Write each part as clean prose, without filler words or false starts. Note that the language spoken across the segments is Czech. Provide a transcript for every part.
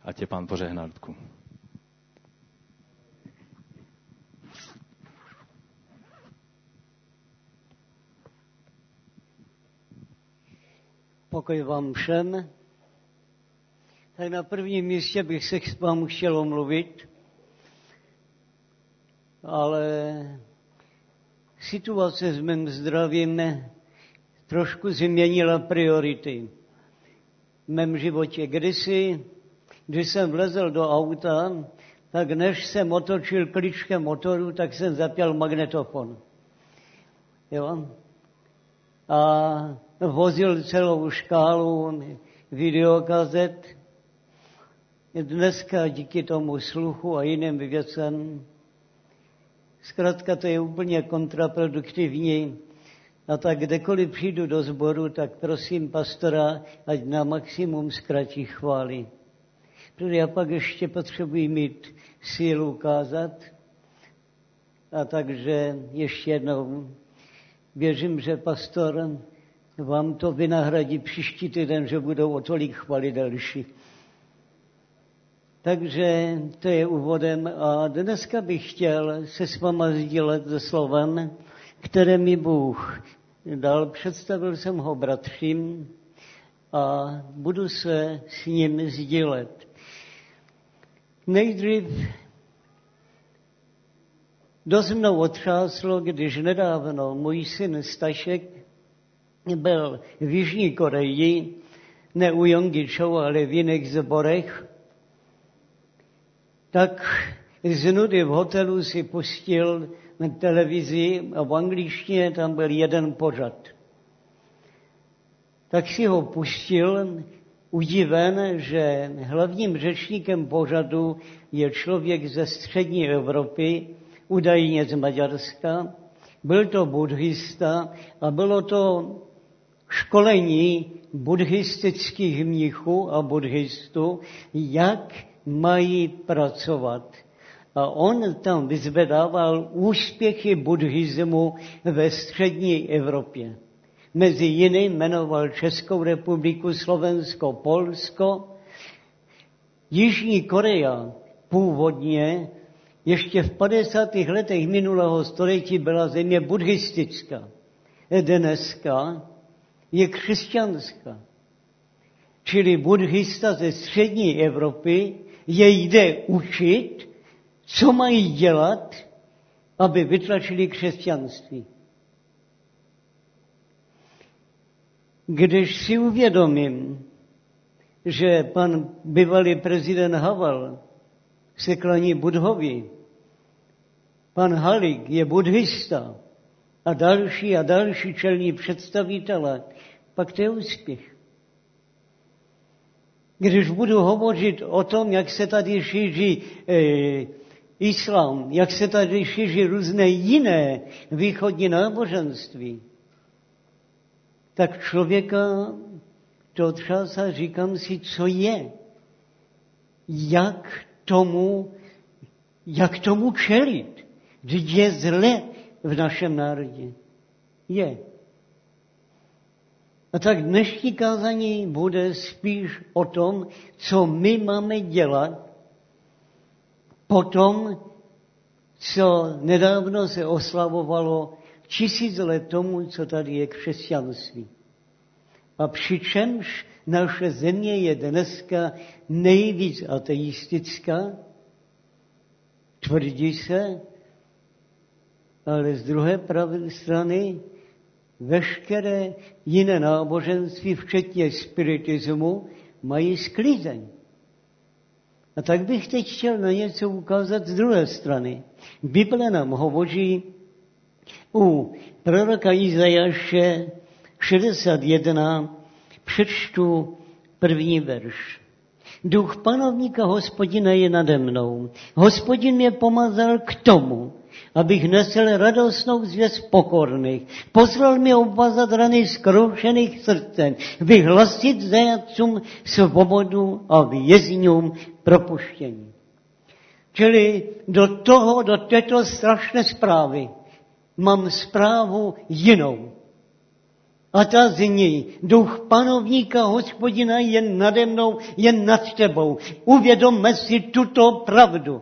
A tě Pán požehná, Ludku. Pokoj vám všem. Tak na prvním místě bych se s vám chtěl omluvit, ale situace s mým zdravím trošku změnila priority v mém životě. Když jsem vlezl do auta, tak než jsem otočil klíčkem motoru, tak jsem zapěl magnetofon. Jo? A vozil celou škálu videokazet. Dneska díky tomu sluchu a jiným věcem, zkrátka to je úplně kontraproduktivní. A tak kdekoliv přijdu do sboru, tak prosím pastora, ať na maximum zkrátí chvály. Protože já pak ještě potřebuji mít sílu kázat. A takže ještě jednou věřím, že pastor vám to vynahradí příští týden, že budou o tolik chvalidelší. Takže to je úvodem a dneska bych chtěl se s váma sdílet se slovem, které mi Bůh dal. Představil jsem ho bratřím a budu se s ním sdílet. Nejdřív dost mnou otřáslo, když nedávno můj syn Stašek byl v Jižní Koreji, ne u Yonggi-cho, ale v jiných sborech, tak z nudy v hotelu si pustil na televizi a v angličtině tam byl jeden pořad. Tak si ho pustil, udiven, že hlavním řečníkem pořadu je člověk ze střední Evropy, údajně z Maďarska. Byl to buddhista a bylo to školení buddhistických mnichů a buddhistů, jak mají pracovat. A on tam vyzvedával úspěchy buddhismu ve střední Evropě. Mezi jiným jmenoval Českou republiku, Slovensko, Polsko. Jižní Korea původně ještě v 50. letech minulého století byla země buddhistická. Dneska je křesťanská. Čili buddhista ze střední Evropy je jde učit, co mají dělat, aby vytlačili křesťanství. Když si uvědomím, že pan bývalý prezident Havel se klaní Budhovi, pan Halik je buddhista a další čelní představitelé, pak to je úspěch. Když budu hovořit o tom, jak se tady šíří islám, jak se tady šíří různé jiné východní náboženství, tak člověka to třásá, říkám si, co je. Jak tomu čelit? Vždyť je zle v našem národě. Je. A tak dnešní kázání bude spíš o tom, co my máme dělat po tom, co nedávno se oslavovalo 1000 let tomu, co tady je křesťanství. A přičemž naše země je dneska nejvíc ateistická, tvrdí se, ale z druhé strany veškeré jiné náboženství, včetně spiritismu, mají sklizeň. A tak bych teď chtěl na něco ukázat z druhé strany. Bible nám hovoří u proroka Izajáše 61, přečtu první verš. Duch panovníka Hospodina je nade mnou. Hospodin mě pomazal k tomu, abych nesl radostnou zvěst pokorných. Poslal mě obvazat rany zkroušených srdcem, vyhlasit zajatcům svobodu a vězňům propuštění. Čili do této strašné zprávy mám zprávu jinou. A ta zní: Duch panovníka Hospodina je nade mnou, je nad tebou. Uvědomme si tuto pravdu.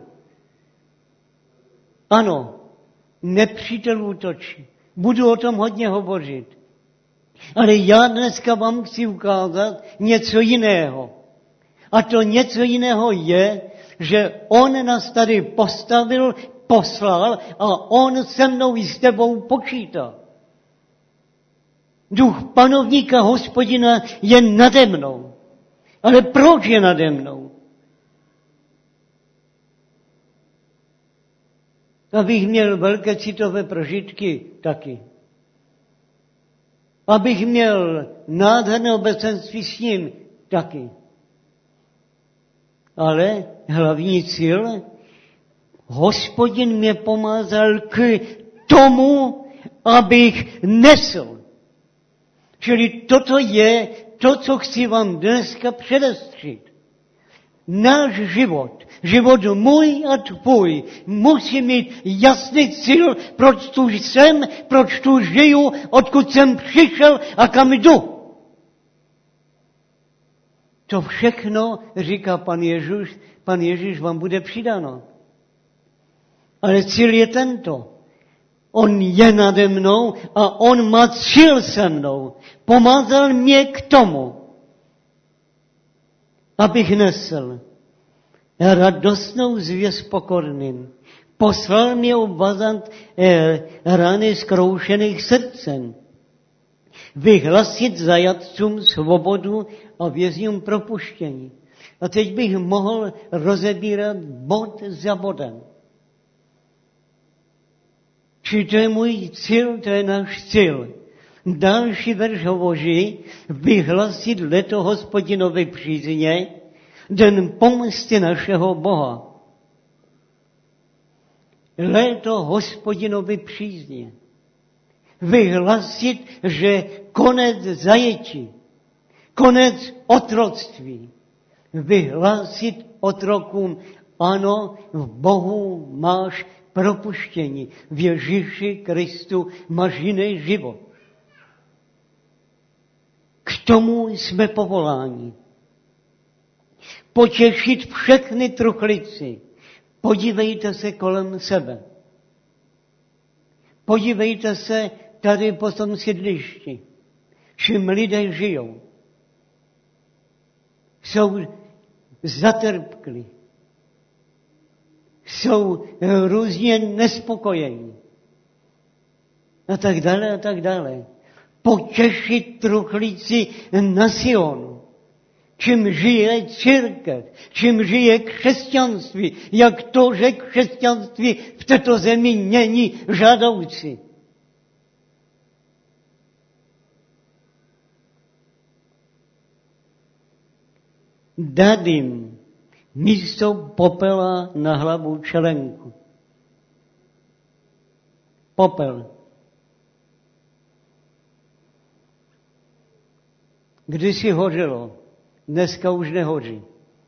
Ano, nepřítel útočí. Budu o tom hodně hovořit. Ale já dneska vám chci ukázat něco jiného. A to něco jiného je, že on nás tady postavil, poslal a on se mnou i s tebou počítá. Duch panovníka Hospodina je nade mnou. Ale proč je nade mnou? Abych měl velké citové prožitky taky. Abych měl nádherné obecenství s ním taky. Ale hlavní cíl, Hospodin mě pomazal k tomu, abych nesl. Čili toto je to, co chci vám dneska předestřít. Náš život, život můj a tvůj, musí mít jasný cíl, proč tu jsem, proč tu žiju, odkud jsem přišel a kam jdu. To všechno, říká pan Ježíš vám bude přidáno. Ale cíl je tento. On je nade mnou a on má cíl se mnou. Pomazal mě k tomu, abych nesl radostnou zvěst pokorným. Poslal mě obvazat rany zkroušených srdcem. Vyhlasit zajatcům svobodu a vězňům propuštění. A teď bych mohl rozebírat bod za bodem. Či to je můj cíl, to je náš cíl. Další verš hovoří: vyhlasit leto Hospodinovi přízně, den pomsty našeho Boha. Léto Hospodinovi přízně. Vyhlasit, že konec zajetí, konec otroctví. Vyhlásit otrokům: ano, v Bohu máš propuštění, v Ježíši Kristu máš jiný život. K tomu jsme povoláni. Potěšit všechny truchlici. Podívejte se kolem sebe. Podívejte se tady po tom sídlišti. Čím lidé žijou. Jsou zatrpklí. Jsou různě nespokojení. A tak dále, a tak dále. Potěšit truchlíci na Sionu. Čím žije církev, čím žije křesťanství, jak to, že křesťanství v této zemi není žádoucí. Dát jim místo popela na hlavu čelenku. Popel. Kdysi hořelo, dneska už nehoří.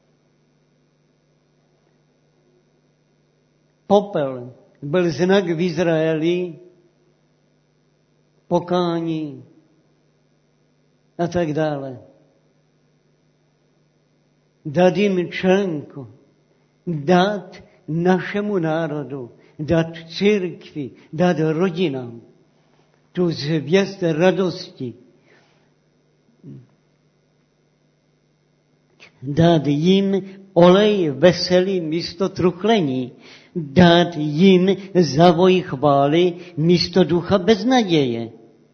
Popel byl znak v Izraeli, pokání a tak dále. Dát jim členku, dát našemu národu, dát církvi, dát rodinám tu zvěst radosti. Dát jim olej veselý místo truchlení, dát jim zavoj chvály místo ducha beznaděje.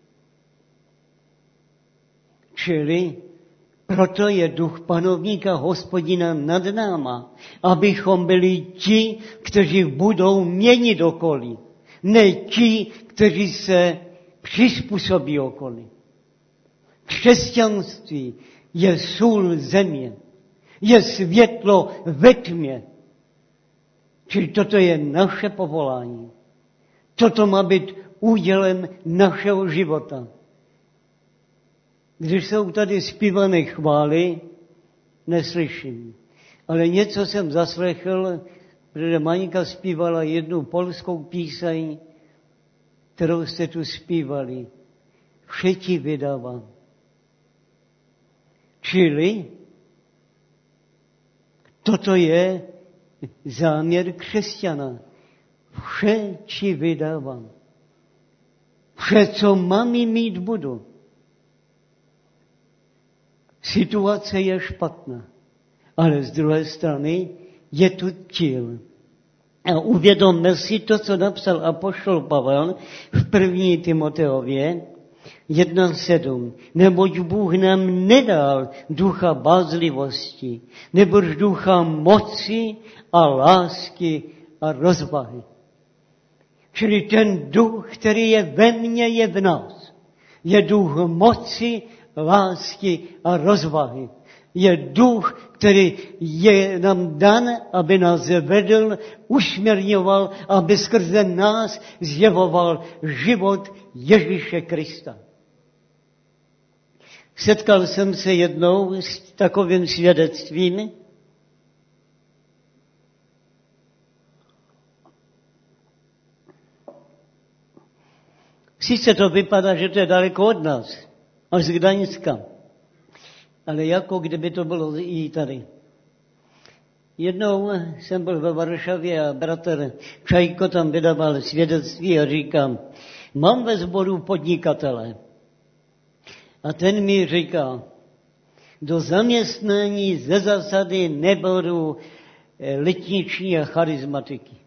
Čili proto je duch panovníka Hospodina nad náma, abychom byli ti, kteří budou měnit okolí, ne ti, kteří se přizpůsobí okolí. Křesťanství je sůl země, je světlo ve tmě. Čili toto je naše povolání. Toto má být údělem našeho života. Když jsou tady zpívané chvály, neslyším. Ale něco jsem zaslechl, protože Maňka zpívala jednu polskou píseň, kterou jste tu zpívali. vše ti vydávám. Čili toto je záměr křesťana. Vše ti vydávám. Vše, co mám mít, budu. Situace je špatná, ale z druhé strany je tu cíl. A uvědomme si to, co napsal apoštol Pavel v 1. Timoteově 1:7. Neboť Bůh nám nedal ducha bázlivosti, nebož ducha moci a lásky a rozvahy. Čili ten duch, který je ve mně, je v nás. Je duch moci, lásky a rozvahy. Je duch, který je nám dan, aby nás vedl, usměrňoval, aby skrze nás zjevoval život Ježíše Krista. Setkal jsem se jednou s takovým svědectvím. Sice to vypadá, že to je daleko od nás, až z Gdaňska. Ale jako kdyby to bylo i tady. Jednou jsem byl ve Varšavě a bratr Čajko tam vydával svědectví a říkám, mám ve sboru podnikatele. A ten mi říká, do zaměstnání ze zásady neberu letniční a charizmatiky.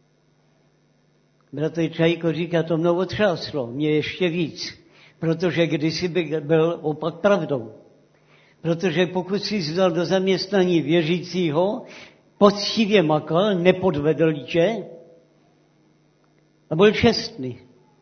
Bratr Čajko říká, to mnou otřáslo, mě ještě víc, protože kdysi bych byl opak pravdou. Protože pokud jsi vzal do zaměstnání věřícího, poctivě makal, nepodvedl tě a byl čestný.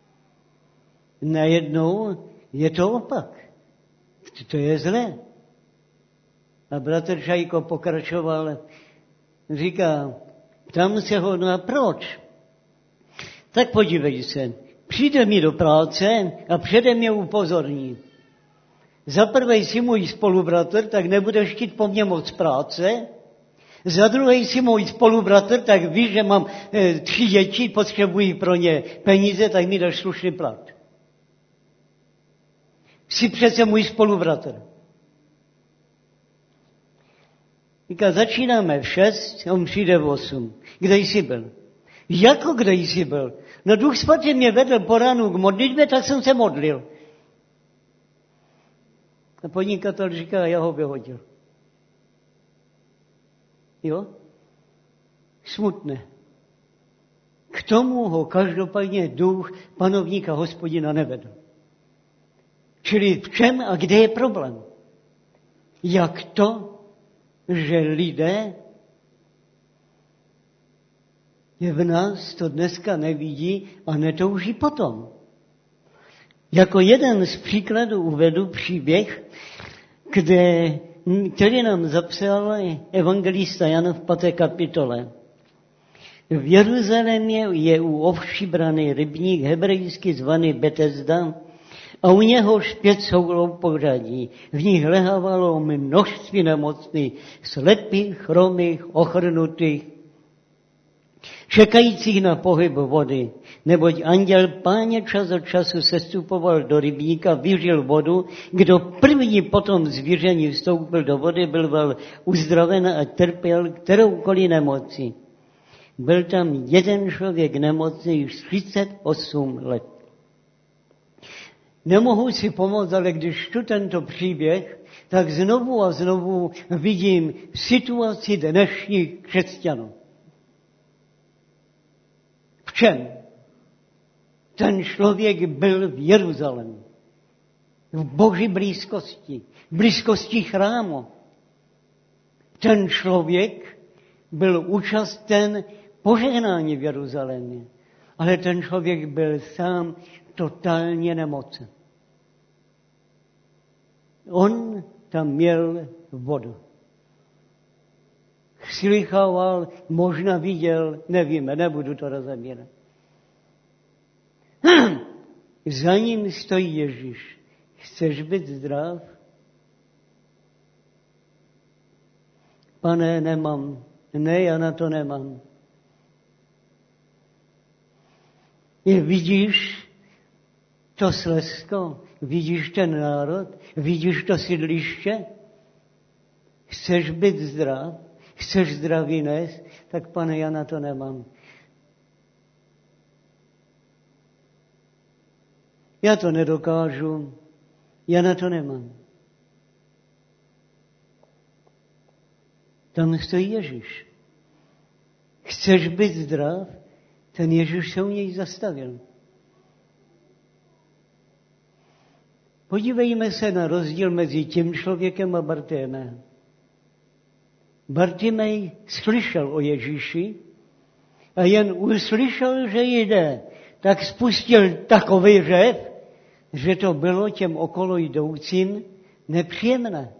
Najednou je to opak. To je zlé. A bratr Čajko pokračoval, říká, ptám se ho, no a proč? Tak podívej se, přijde mi do práce a přede mě upozorní. Za prvé jsi můj spolubratr, tak nebudeš chtít po mně moc práce. Za druhé jsi můj spolubratr, tak víš, že mám 3 děti, potřebuji pro ně peníze, tak mi dáš slušný plat. Jsi přece můj spolubratr. Říká, začínáme v 6, on přijde v 8. Kde jsi byl? Jako kde jsi byl? No Duch Svatý mě vedl po ránu k modlitbě, tak jsem se modlil. A podnikatel říká, já ho vyhodil. Jo? Smutné. K tomu ho každopádně duch panovníka Hospodina nevedl. Čili v čem a kde je problém? Jak to, že lidé je v nás to dneska nevidí a netouží potom. Jako jeden z příkladů uvedu příběh, který nám zapsal evangelista Jan v 5. kapitole. V Jeruzalémě je u ovšíbraný rybník hebrejsky zvaný Betesda a u něhož 5 soulou pořadí. V nich lehávalo množství nemocných, slepých, chromých, ochrnutých, čekajících na pohyb vody, neboť anděl Páně čas od času sestupoval do rybníka, vyřil vodu, kdo první potom zvíření vstoupil do vody, byl uzdraven a trpěl kteroukoliv nemocí. Byl tam jeden člověk nemocný už 38 let. Nemohu si pomoct, ale když čtu tento příběh, tak znovu a znovu vidím situaci dnešních křesťanů. V čem? Ten člověk byl v Jeruzalému, v Boží blízkosti, v blízkosti chrámu. Ten člověk byl účasten požehnání v Jeruzalémě, ale ten člověk byl sám totálně nemocen. On tam měl vodu. Slychával, možná viděl, nevíme, nebudu to rozebírat. Za ním stojí Ježíš. Chceš být zdrav? Pane, nemám. Ne, já na to nemám. Vidíš to Slezsko? vidíš ten národ, vidíš to sídliště, chceš být zdrav, chceš zdraví nést, tak pane, já na to nemám. Já to nedokážu, já na to nemám. Tam stojí Ježíš. Chceš být zdrav? Ten Ježíš se u něj zastavil. Podívejme se na rozdíl mezi tím člověkem a Bartimejem. Bartimej slyšel o Ježíši a jen uslyšel, že jde, tak spustil takový řev, že to bylo těm okolo jdoucím nepříjemné.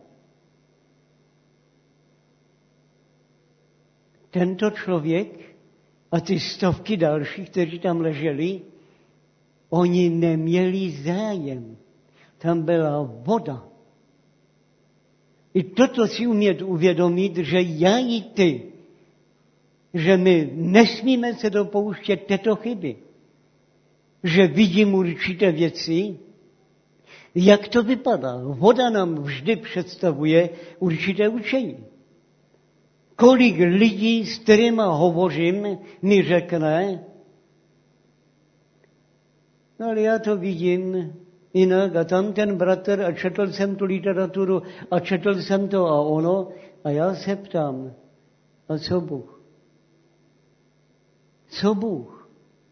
Tento člověk a ty stovky dalších, kteří tam leželi, oni neměli zájem. Tam byla voda. I toto si umět uvědomit, že já i ty, že my nesmíme se dopouštět této chyby. Že vidím určité věci, jak to vypadá. Voda nám vždy představuje určité učení. Kolik lidí, s kterýma hovořím, mi řekne, no ale já to vidím jinak a tam ten bratr a četl jsem tu literaturu a četl jsem to a ono a já se ptám, a co Bůh? Co Bůh?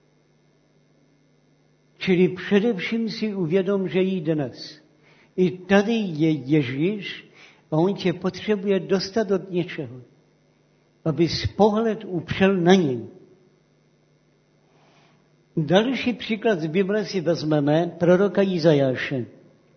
Čili především si uvědom, že jí dnes. I tady je Ježíš a on tě potřebuje dostat od něčeho, aby pohled upřel na něj. Další příklad z Bible si vezmeme proroka Izajáše.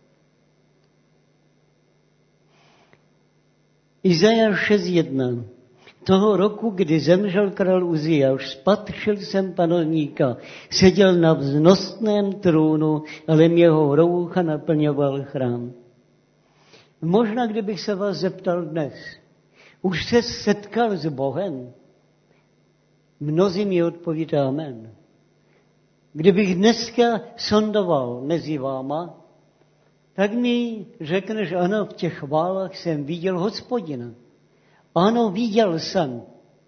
Izajáš 6.1. Toho roku, kdy zemřel král Uziáš, spatřil jsem panovníka, seděl na vznosném trůnu, ale jeho roucha naplňoval chrám. Možná, kdybych se vás zeptal dnes, už se setkal s Bohem? Mnozí mi odpovíte amen. Kdybych dneska sondoval mezi váma, tak mi řekneš, ano, v těch chválách jsem viděl Hospodina. Ano, viděl jsem.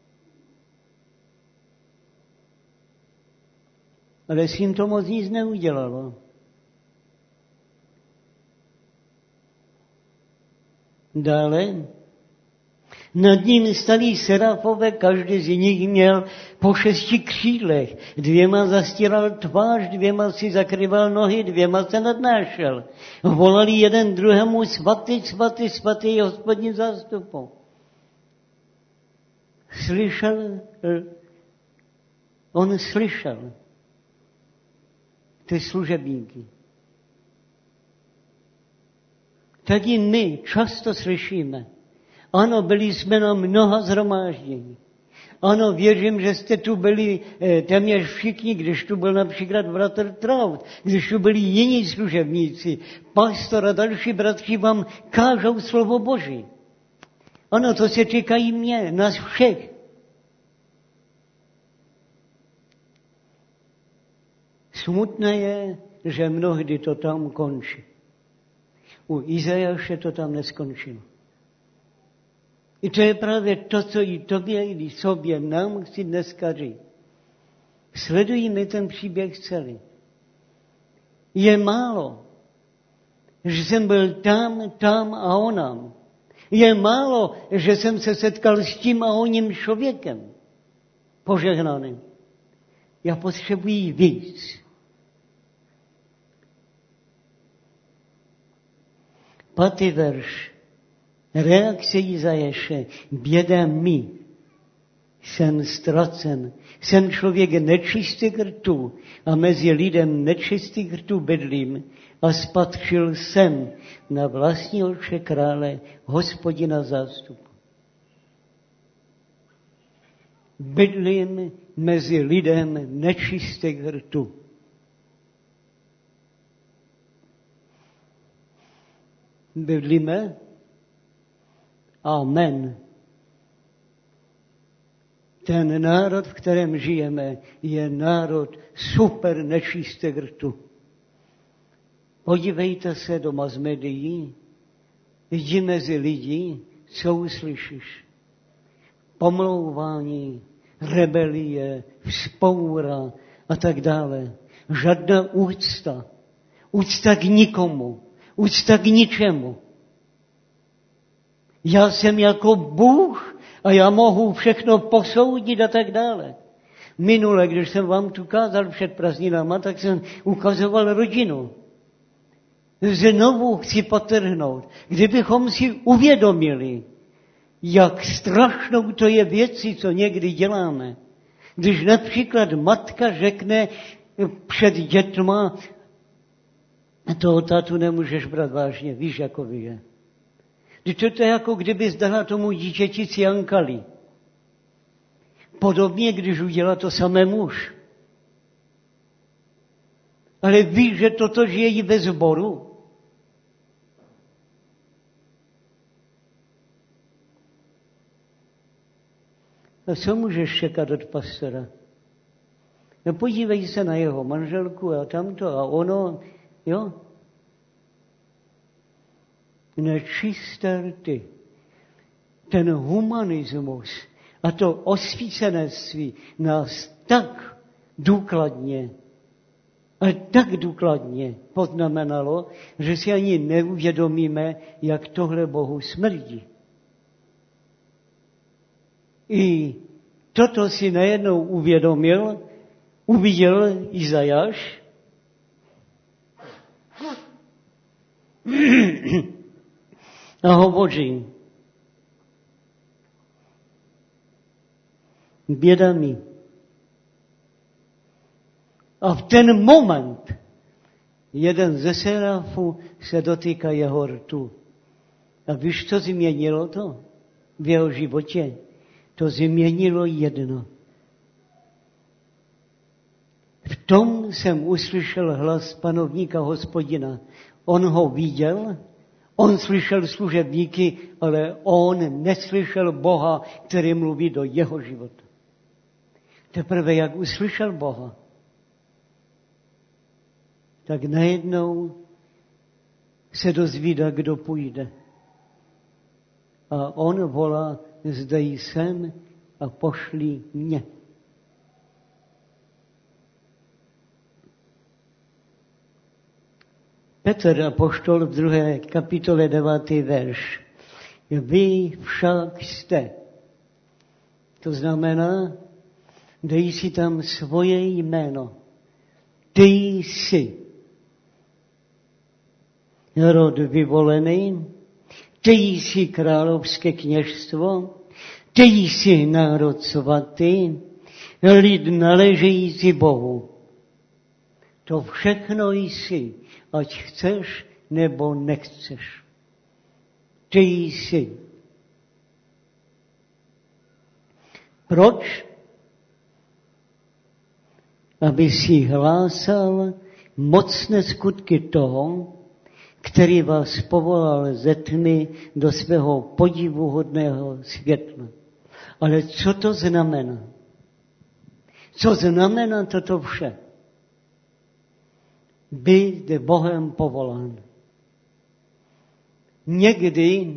Ale s tím to moc nic neudělalo. Dále, nad ním stali serafové, každý z nich měl po 6 křídlech. 2 zastíral tvář, 2 si zakryval nohy, 2 se nadnášel. Volali jeden druhému, svatý, svatý, svatý, Hospodin zástupu. On slyšel ty služebníky. Tak i my často slyšíme. Ano, byli jsme na mnoha shromáždění. Ano, věřím, že jste tu byli téměř všichni, když tu byl například bratr Traut, když tu byli jiní služebníci, pastor a další bratři vám kážou slovo Boží. Ano, to se týkají mě, nás všech. Smutné je, že mnohdy to tam končí. U Izajáše to tam neskončilo. I to je právě to, co i tobě, i sobě nám chci dneska říct. Sledujme ten příběh celý. Je málo, že jsem byl tam a onam. Je málo, že jsem se setkal s tím a oním člověkem požehnaným. Já potřebuji víc. 5. verš. Reakce Izajáše. Běda mi. Jsem ztracen. Jsem člověk nečistých rtů a mezi lidem nečistých rtů bydlím a spatřil jsem na vlastní oči krále Hospodina zástupu. Bydlím mezi lidem nečistých rtů. Bydlíme? Amen. Ten národ, v kterém žijeme, je národ super nečistých rtů. Podívejte se do mass médií, jdi mezi lidi, co uslyšíš. Pomlouvání, rebelie, vzpoura a tak dále. Žádná úcta. Úcta k nikomu. Úcta k ničemu. Já jsem jako Bůh a já mohu všechno posoudit a tak dále. Minule, když jsem vám tu kázal před prázdninama, tak jsem ukazoval rodinu. Znovu chci podtrhnout, kdybychom si uvědomili, jak strašnou to je věci, co někdy děláme. Když například matka řekne před dětma, toho tátu nemůžeš brát vážně, víš, jako je. Když to je jako kdyby zdala tomu dítěti ciankali. Podobně, když udělá to samé muž. Ale víš, že toto žije i ve sboru. A co můžeš čekat od pastora? No podívej se na jeho manželku a tamto a ono, jo? Nečisté rty. Ten humanismus a to osvícenství nás tak důkladně poznamenalo, že si ani neuvědomíme, jak tohle Bohu smrdí. I toto si najednou uviděl Izajáš. A hovoří, běda mi. A v ten moment jeden ze serafů se dotýká jeho rtu. A víš, co změnilo to v jeho životě? To změnilo jedno. V tom jsem uslyšel hlas panovníka Hospodina. On ho viděl, on slyšel služebníky, ale on neslyšel Boha, který mluví do jeho života. Teprve jak uslyšel Boha, tak najednou se dozvídá, kdo půjde. A on volá, zde jsem a pošli mě. Petr apoštol v 2. kapitole 9. verš. Vy však jste. To znamená, dej si tam svoje jméno. Ty jsi rod vyvolený, ty jsi královské kněžstvo, ty jsi národ svatý, lid náležející Bohu. To všechno jsi, ať chceš nebo nechceš. Ty jsi. Proč? Aby si hlásal mocné skutky toho, který vás povolal ze tmy do svého podivuhodného světla. Ale co to znamená? Co znamená toto vše? Být Bohem povolán. Někdy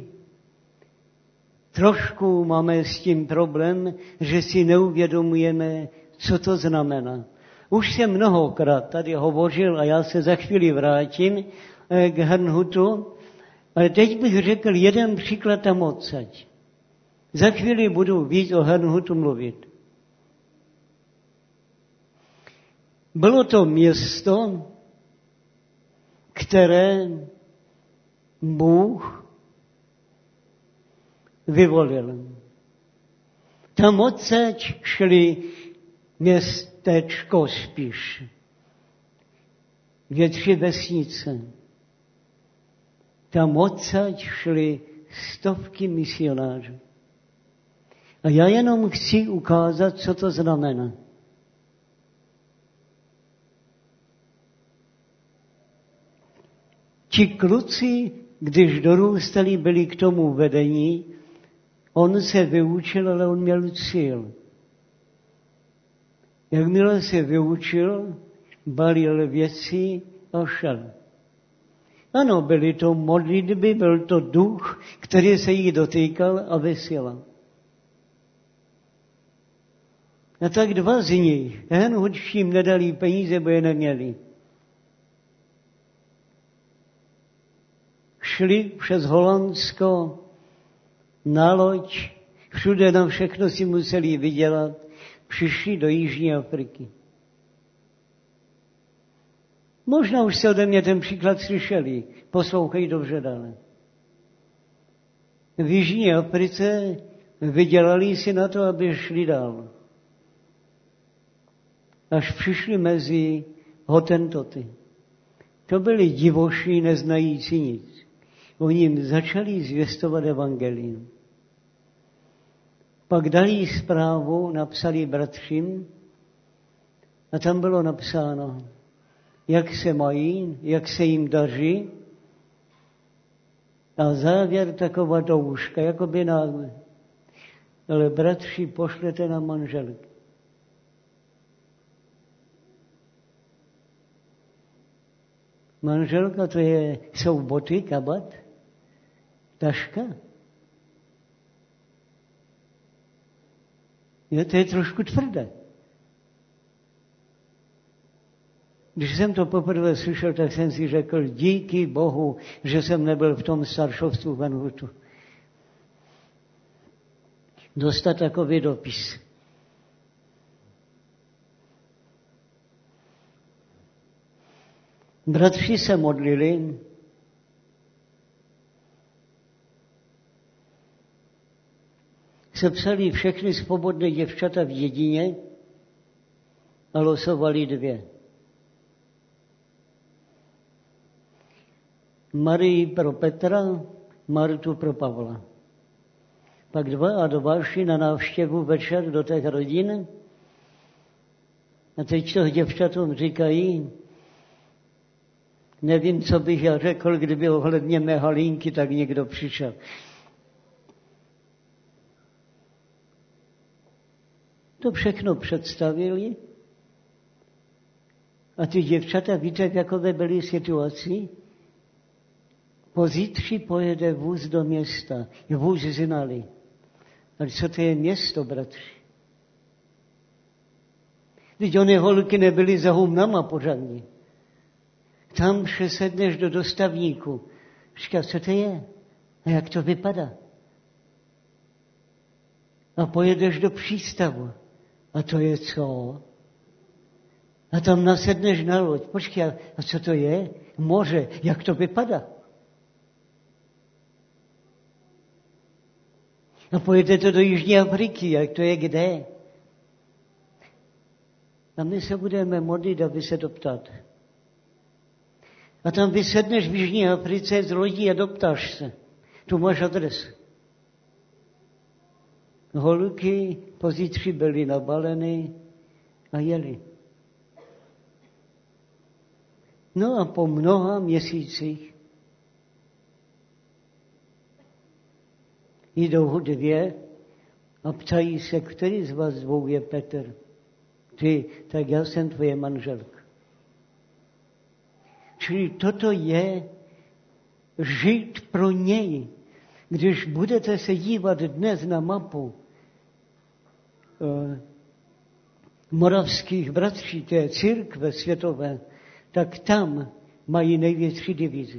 trošku máme s tím problém, že si neuvědomujeme, co to znamená. Už jsem mnohokrát tady hovořil a já se za chvíli vrátím k Herrnhutu, ale teď bych řekl jeden příklad tam odsaď. Za chvíli budu víc o Herrnhutu mluvit. Bylo to město, které Bůh vyvolil. Tam odsaď šli městečko spíš. 2-3 vesnice. Tam odsaď šli stovky misionářů. A já jenom chci ukázat, co to znamená. Ti kluci, když dorůstali, byli k tomu vedení, on se vyučil, ale on měl cíl. Jakmile se vyučil, balil věci a šel. Ano, byly to modlitby, byl to duch, který se jí dotýkal a vysílal. A tak 2 z nich, jen hudším nedali peníze, bo je neměli. Šli přes Holandsko na loď, všude na všechno si museli vydělat, přišli do Jižní Afriky. Možná už se ode mě ten příklad slyšeli, poslouchej dobře dále. V Jižní Africe vydělali si na to, aby šli dál. Až přišli mezi Hotentoty. To byli divoší, neznající nic. Oni jim začali zvěstovat evangelium. Pak dali zprávu, napsali bratřím a tam bylo napsáno, jak se mají, jak se jim daří a závěr taková douška, jako by náhle. Ale bratři, pošlete na manželky. Manželka to jsou boty, kabát, taška. To je trošku tvrdé. Když jsem to poprvé slyšel, tak jsem si řekl, díky Bohu, že jsem nebyl v tom staršovstvu Vanhutu. Dostat takový dopis. Bratři se modlili, sepsali všechny svobodné děvčata v jedině a losovali 2. Marii pro Petra, Martu pro Pavla. Pak 2 a 2 šli na návštěvu večer do těch rodin a teď to děvčatům říkají, nevím, co bych já řekl, kdyby ohledně mé Halínky tak někdo přišel. To všechno představili a ty děvčata, víte, v jakové byly situaci? Pozítří pojede vůz do města. Vůz znali. Ale co to je město, bratři? Vždyť ony holky nebyly za humnama pořádně. Tam přesedneš do dostavníku. Říká, co to je? A jak to vypadá? A pojedeš do přístavu. A to je co? A tam nasedneš na loď. Počkej, a co to je? Moře. Jak to vypadá? A pojedete do Jižní Afriky. Jak to je kde? A my se budeme modlit, aby se doptat. A tam vysedneš v Jižní Africe z lodí a doptáš se. Tu máš adresu. Holky pozítří byly nabaleny a jeli. No a po mnoha měsících jdou 2 a ptají se, který z vás 2 je Petr. Ty, tak já jsem tvoje manželka. Čili toto je žít pro něj. Když budete se dívat dnes na mapu moravských bratří, té církve světové, tak tam mají největší divizi.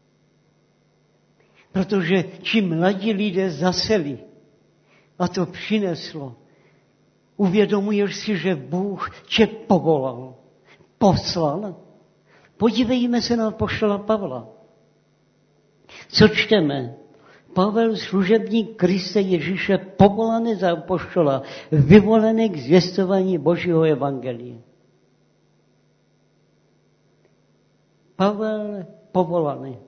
Protože čím mladí lidé zaseli, a to přineslo, uvědomuješ si, že Bůh tě povolal, poslal. Podívejme se na apoštola Pavla. Co čteme? Pavel, služebník Krista Ježíše, povolaný za apoštola, vyvolený k zvěstování Božího evangelia. Pavel povolaný.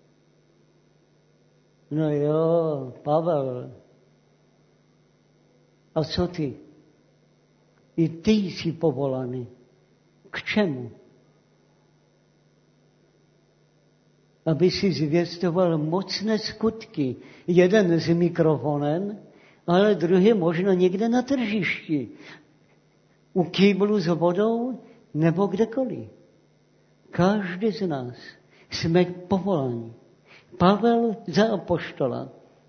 No jo, Pavel. A co ty? I ty jsi povolaný. K čemu? Aby si zvěstoval mocné skutky. Jeden s mikrofonem, ale druhý možno někde na tržišti. U kýblu s vodou nebo kdekoliv. Každý z nás Jsme povoláni. Pavel za apoštola.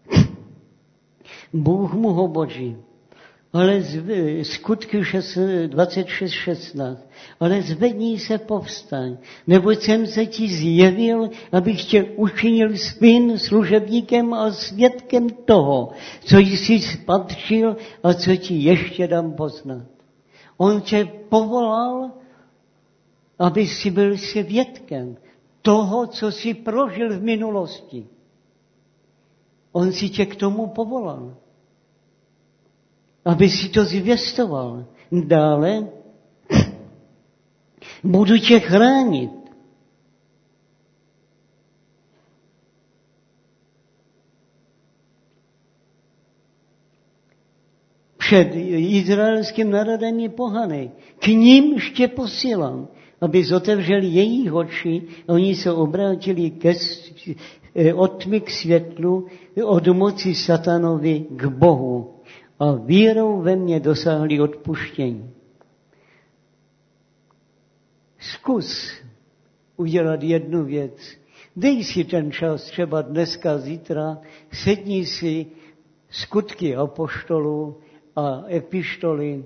Bůh mu ho boží. Ale skutky 26:16. Ale zvedni se, povstaň, neboť jsem se ti zjevil, abych tě učinil svým služebníkem a svědkem toho, co jsi spatřil a co ti ještě dám poznat. On tě povolal, aby jsi byl svědkem toho, co jsi prožil v minulosti. On si tě k tomu povolal, aby si to zvěstoval. Dále budu tě chránit. Před izraelským národem je pohany. K nímž tě posílám, aby otevřeli jejich oči, oni se obrátili od tmy k světlu, od moci satanovi k Bohu a vírou ve mně dosáhli odpuštění. Zkus udělat jednu věc. Dej si ten čas, třeba dneska, zítra, sedni si skutky apoštolů a epištoly,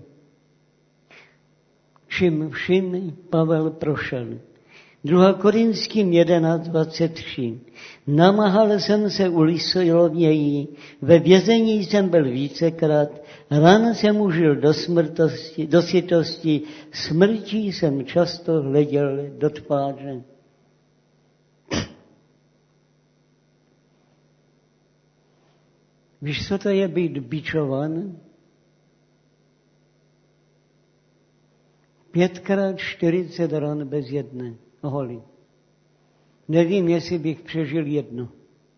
čím všim Pavel prošel. 2. Korinským 11:23. Namáhal jsem se usilovněji, ve vězení jsem byl vícekrát, ran jsem užil do sytosti, smrtí jsem často hleděl do tváře. Víš, co to je být bičovan? 5x40 ran bez jedné holy. Nevím, jestli bych přežil jedno.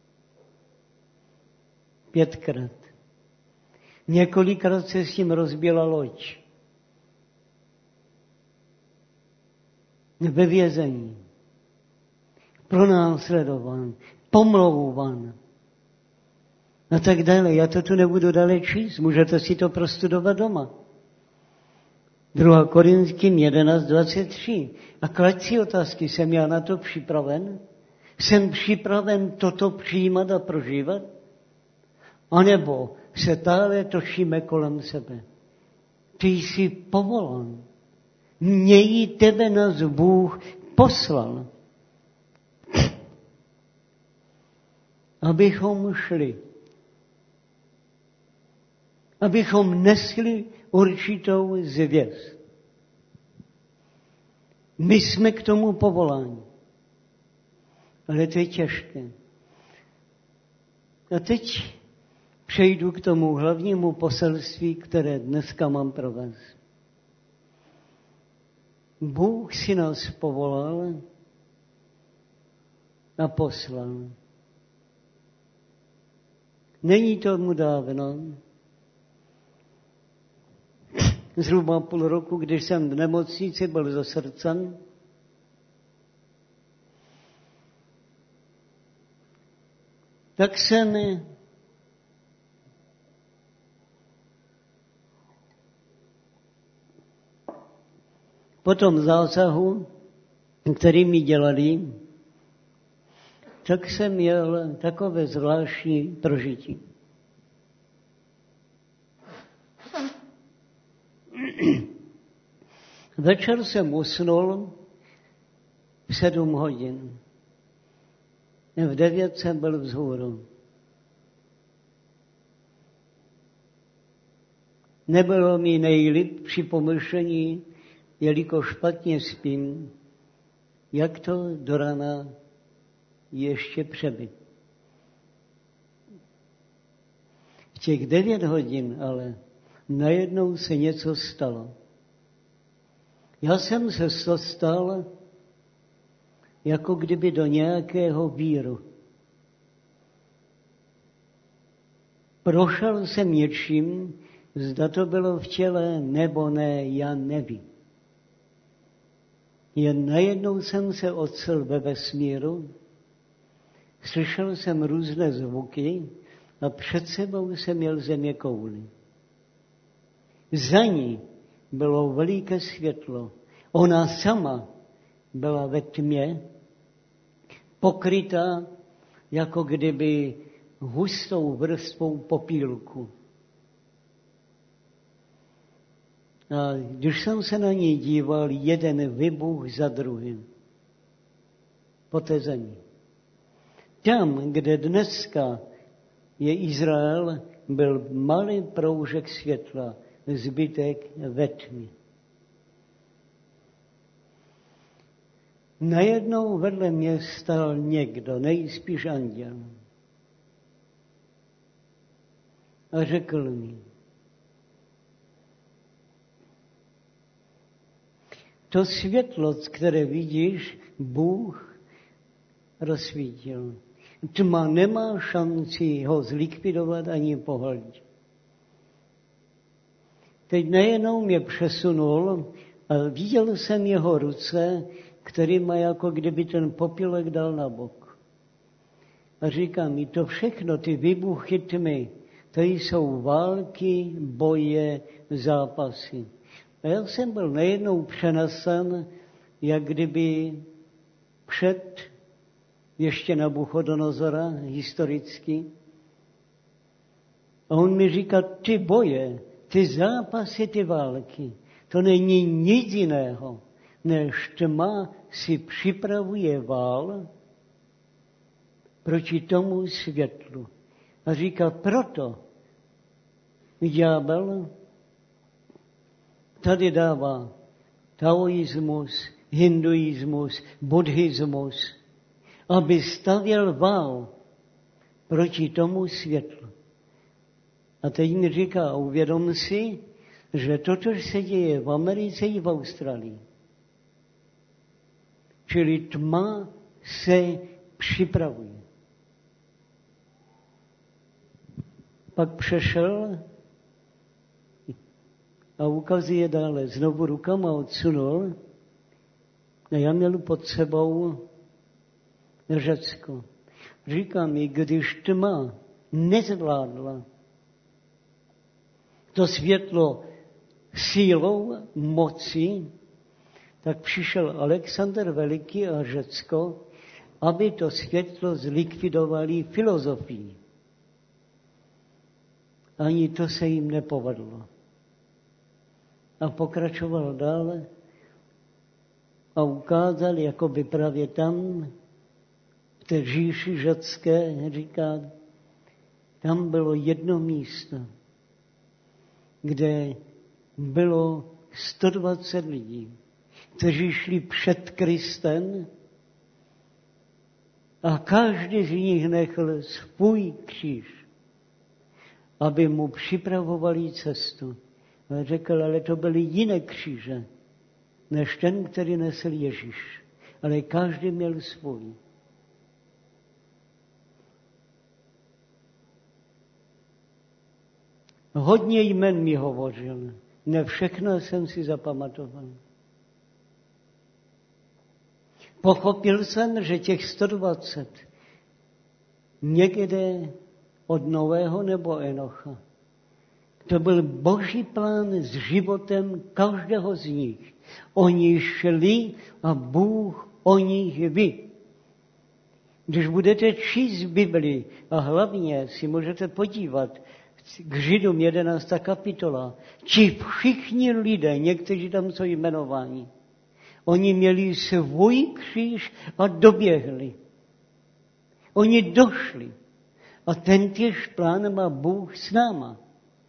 5krát. Několikrát se s tím rozbila loď. Ve vězení. Pronásledován. Pomlouván. A tak dále. Já to tu nebudu dále číst. Můžete si to prostudovat doma. 2. Korinským 11:23. A klaď si otázky, jsem já na to připraven? Jsem připraven toto přijímat a prožívat? A nebo se tále točíme kolem sebe? Ty jsi povolán. Měj tebe nás Bůh poslal. Abychom šli. Abychom nesli určitou zvěst. My jsme k tomu povoláni. Ale to je těžké. A teď přejdu k tomu hlavnímu poselství, které dneska mám pro vás. Bůh si nás povolal a poslal. Není tomu dávno, zhruba půl roku, když jsem v nemocnici byl za srdcem, tak jsem po tom zásahu, který mi dělali, tak jsem měl takové zvláštní prožití. Večer jsem usnul v 7 hodin. V 9 jsem byl vzhůru. Nebylo mi nejlíp při pomyšlení, jelikož špatně spím, jak to do rána ještě přebyt. V těch 9 hodin ale najednou se něco stalo. Já jsem se stal jako kdyby do nějakého víru. Prošel jsem něčím, zda to bylo v těle nebo ne, já nevím. Jen najednou jsem se ocitl ve vesmíru, slyšel jsem různé zvuky a před sebou jsem měl zeměkouli. Za ní bylo veliké světlo. Ona sama byla ve tmě, pokryta jako kdyby hustou vrstvou popílku. A když jsem se na něj díval, jeden vybuch za druhým po té zemi. Tam, kde dneska je Izrael, byl malý proužek světla, zbytek ve tmě. Najednou vedle mě stál někdo, nejspíš anděl. A řekl mi, to světlo, které vidíš, Bůh rozsvítil. Tma nemá šanci ho zlikvidovat ani pohltit. Teď najednou mě přesunul a viděl jsem jeho ruce, který má jako kdyby ten popílek dal na bok. A říká mi, to všechno, ty výbuchy tmy, to jsou války, boje, zápasy. A já jsem byl najednou přenesen, jak kdyby před ještě Nabuchodonozora historicky. A on mi říká, ty boje, ty zápasy, ty války, to není nic jiného, než tma si připravuje vál proti tomu světlu. A říká, proto ďábel tady dává taoismus, hinduismus, buddhismus, aby stavěl vál proti tomu světlu. A teď mi říká, uvědom si, že totož se děje v Americe i v Austrálii. Čili tma se připravuje. Pak přešel a ukazuje dále. Znovu rukama odsunul a já měl pod sebou Řecko. Říká mi, když tma nezvládla to světlo sílou moci, tak přišel Alexander Veliký a Řecko, aby to světlo zlikvidovali filozofii. Ani to se jim nepovedlo. A pokračoval dále a ukázal, jako by právě tam, v té říši řecké, říká, tam bylo jedno místo, kde bylo 120 lidí, kteří šli před Kristem a každý z nich nechl svůj kříž, aby mu připravovali cestu. A řekl, ale to byly jiné kříže, než ten, který nesl Ježíš. Ale každý měl svůj. Hodně jmen mi hovořil. Ne všechno jsem si zapamatoval. Pochopil jsem, že těch 120 někde od Nového nebo Enocha. To byl Boží plán s životem každého z nich. Oni šli a Bůh o nich ví. Když budete číst Biblii a hlavně si můžete podívat k Židům 11. kapitola, ti všichni lidé, někteří tam jsou jmenováni, oni měli svůj kříž a doběhli. Oni došli. A tentýž plán má Bůh s náma.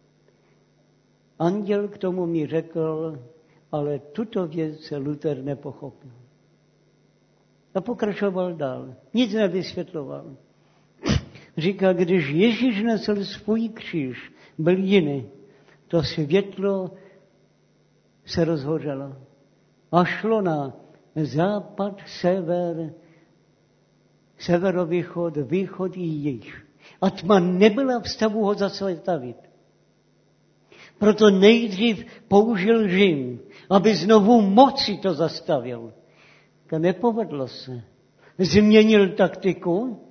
Anděl k tomu mi řekl, ale tuto věc Luther nepochopil. A pokračoval dál. Nic nevysvětloval. Říká, když Ježíš nesl svůj kříž, byl jiný. To světlo se rozhořelo. A šlo na západ, sever, severovýchod, východ i jih. A tma nebyla v stavu ho zastavit. Proto nejdřív použil Řím, aby znovu moci to zastavil. To nepovedlo se. Změnil taktiku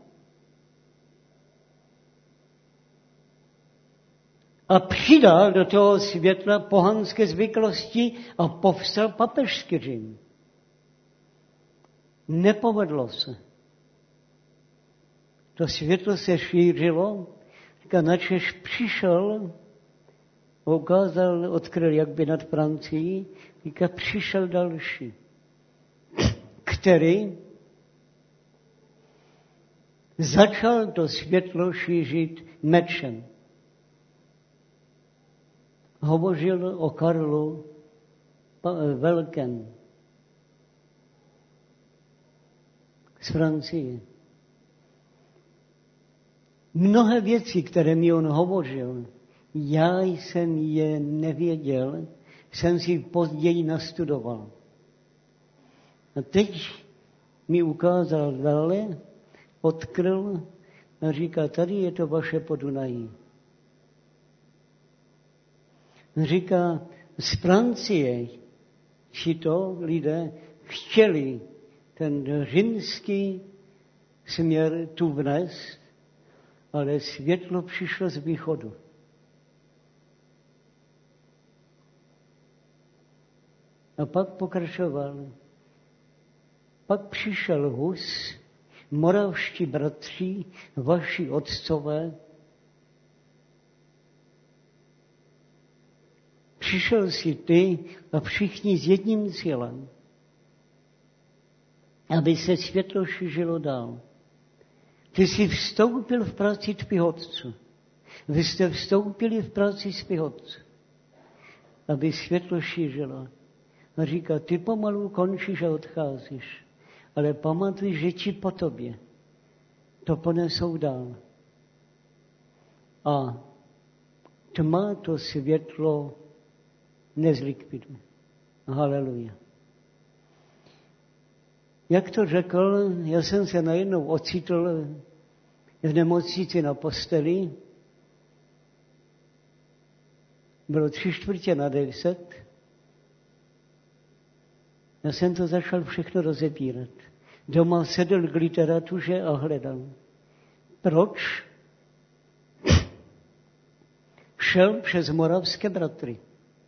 a přidal do toho světla pohanské zvyklosti a povstal papežský Řím. Nepovedlo se. To světlo se šířilo, říká, načež přišel, ukázal, odkryl jak by nad Francií, říká, přišel další, který začal to světlo šířit mečem. Hovořil o Karlu Velkém z Francie. Mnohé věci, které mi on hovořil, já jsem je nevěděl, jsem si později nastudoval. A teď mi ukázal dále, odkryl a říká, tady je to vaše Podunají. Říká, z Francie to lidé chtěli ten římský směr tu vnést, ale světlo přišlo z východu. A pak pokračoval. Pak přišel Hus, moravští bratři, vaši otcové. Přišel si ty a všichni s jedním cílem, aby se světlo šířilo dál. Ty jsi vstoupil v práci tvých otců. Vy jste vstoupili v práci svých otců, aby světlo šířilo. A říká, ty pomalu končíš a odcházíš, ale pamatuj, že ti po tobě to ponesou dál. A tma to světlo nezlikviduje. Haleluja. Jak to řekl, já jsem se najednou ocitl v nemocnici na posteli. Bylo 9:45. Já jsem to začal všechno rozebírat. Doma sedl k literatuře a hledal. Proč? Šel přes moravské bratry.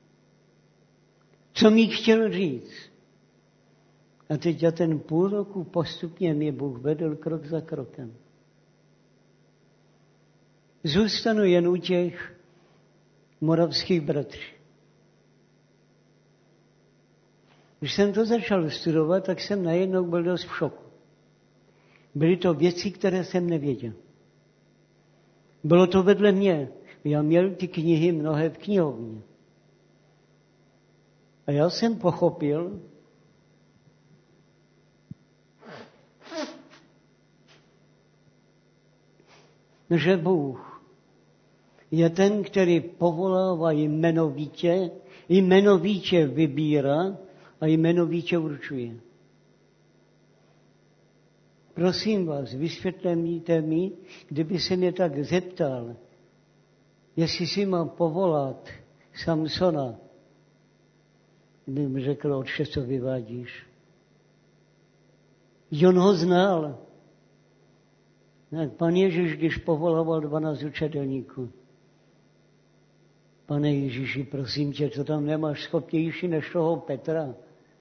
Co mi chtěl říct? A teď za ten půl roku postupně mě Bůh vedl krok za krokem. Zůstanu jen u těch moravských bratří. Když jsem to začal studovat, tak jsem najednou byl dost v šoku. Byly to věci, které jsem nevěděl. Bylo to vedle mě. Já měl ty knihy mnohé v knihovně. A já jsem pochopil, že Bůh je ten, který povolává jmenovitě vybírá a jmenovitě určuje. Prosím vás, vysvětlete mi, kdyby se mě tak zeptal, jestli si mám povolat Samsona, bych řekl, od čeho to vyvádíš. On ho znal. Pan Ježíš, když povolával 12 učedlníků. Pane Ježíši, prosím tě, to tam nemáš schopnější než toho Petra.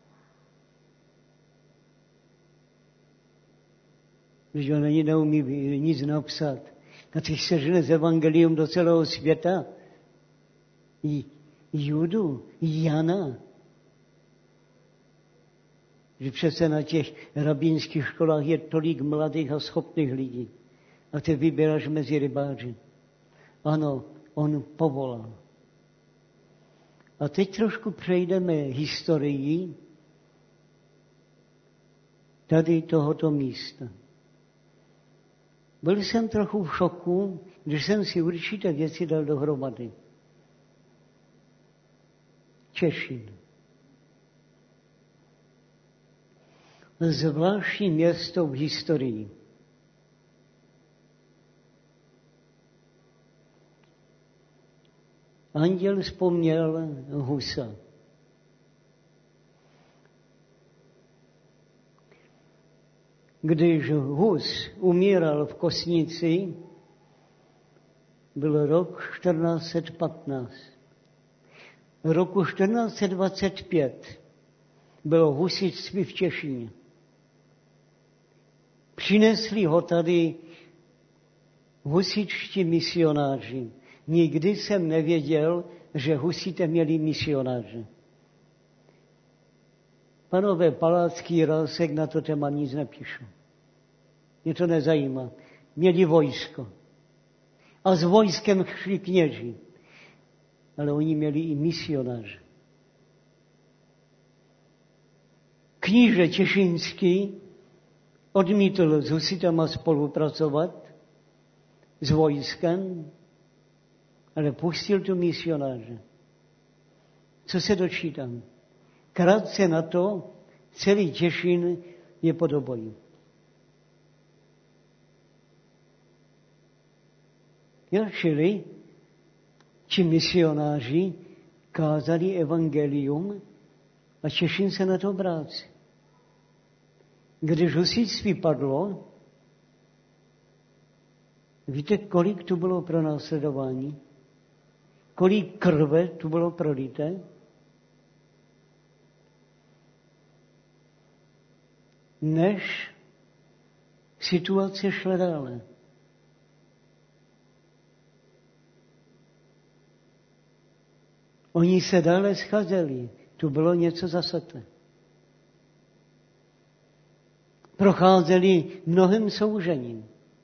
Když on ani neumí nic napsat. A ty sežne z evangelium do celého světa. Judu, Jana. Že přece na těch rabínských školách je tolik mladých a schopných lidí. A ty vybíráš mezi rybáři. Ano, on povolal. A teď trošku přejdeme historii tady tohoto místa. Byl jsem trochu v šoku, když jsem si určité věci dal dohromady. Češin. Zvláštní město v historii. Anděl vzpomněl Husa. Když Hus umíral v Kosnici, byl rok 1415. Roku 1425 bylo husitství v Češině. Přinesli ho tady Husitští misionáři. Nikdy jsem nevěděl, že Husité měli misionáře. Panové Palacký, Rásek na to téma nic nepíšu. Mě to nezajímá. Měli vojsko. A s vojskem šli kněži. Ale oni měli i misionáře. Kníže Těšínský odmítl s husitama spolupracovat s vojskem, ale pustil tu misionáře. Co se dočítám? Krátce na to celý Těšín je pod obojí. Čili ti misionáři kázali evangelium a Těšín se na to vrátí. Když husitství padlo, víte, kolik tu bylo pronásledování? Kolik krve tu bylo prolité? Než situace šla dále. Oni se dále scházeli. Tu bylo něco zasaté. Procházeli mnohým soužením.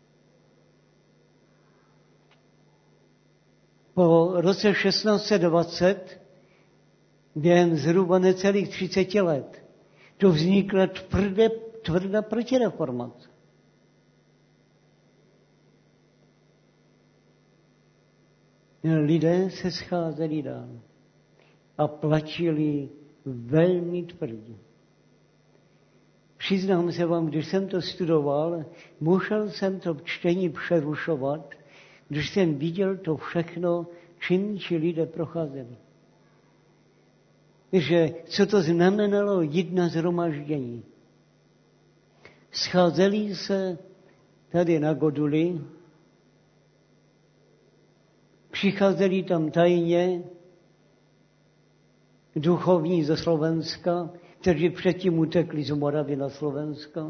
Po roce 1620, během zhruba necelých 30 let, to vznikla tvrdá protireformace. Lidé se scházeli dál a platili velmi tvrdě. Přiznám se vám, když jsem to studoval, musel jsem to čtení přerušovat, když jsem viděl to všechno, čím ti lidé procházeli. Že co to znamenalo jít na shromaždění. Scházeli se tady na Goduli, přicházeli tam tajně duchovní ze Slovenska, kteří předtím utekli z Moravy na Slovensko.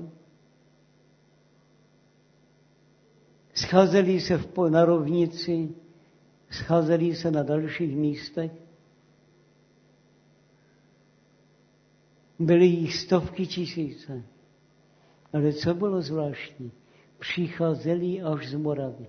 Scházeli se na Rovnici, scházeli se na dalších místech. Byly jich stovky tisíce. Ale co bylo zvláštní? Přicházeli až z Moravy.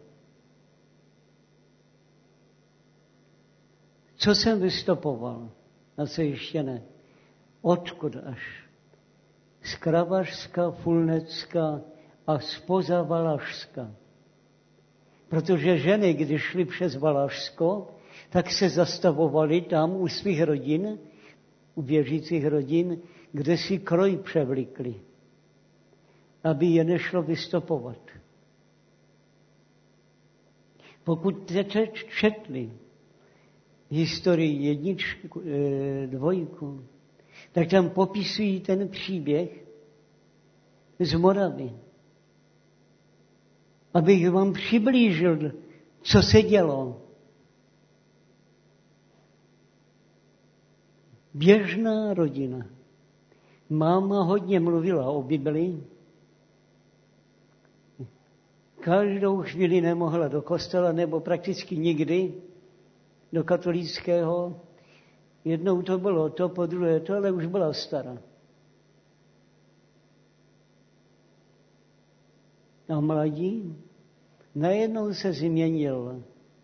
Co jsem vystopoval? A co ještě ne? Odkud až? Z Kravařska, Fulnecka a zpoza Valašska. Protože ženy, když šly přes Valašsko, tak se zastavovali tam u svých rodin, u věřících rodin, kde si kroj převlíkli, aby je nešlo vystopovat. Pokud četli historii jedničku, dvojku, tak tam popisují ten příběh z Moravy. Abych vám přiblížil, co se dělo. Běžná rodina. Máma hodně mluvila o Bibli. Každou chvíli nemohla do kostela, nebo prakticky nikdy do katolického. Jednou to bylo to, po druhé to, ale už byla stará. A mladí najednou se změnil.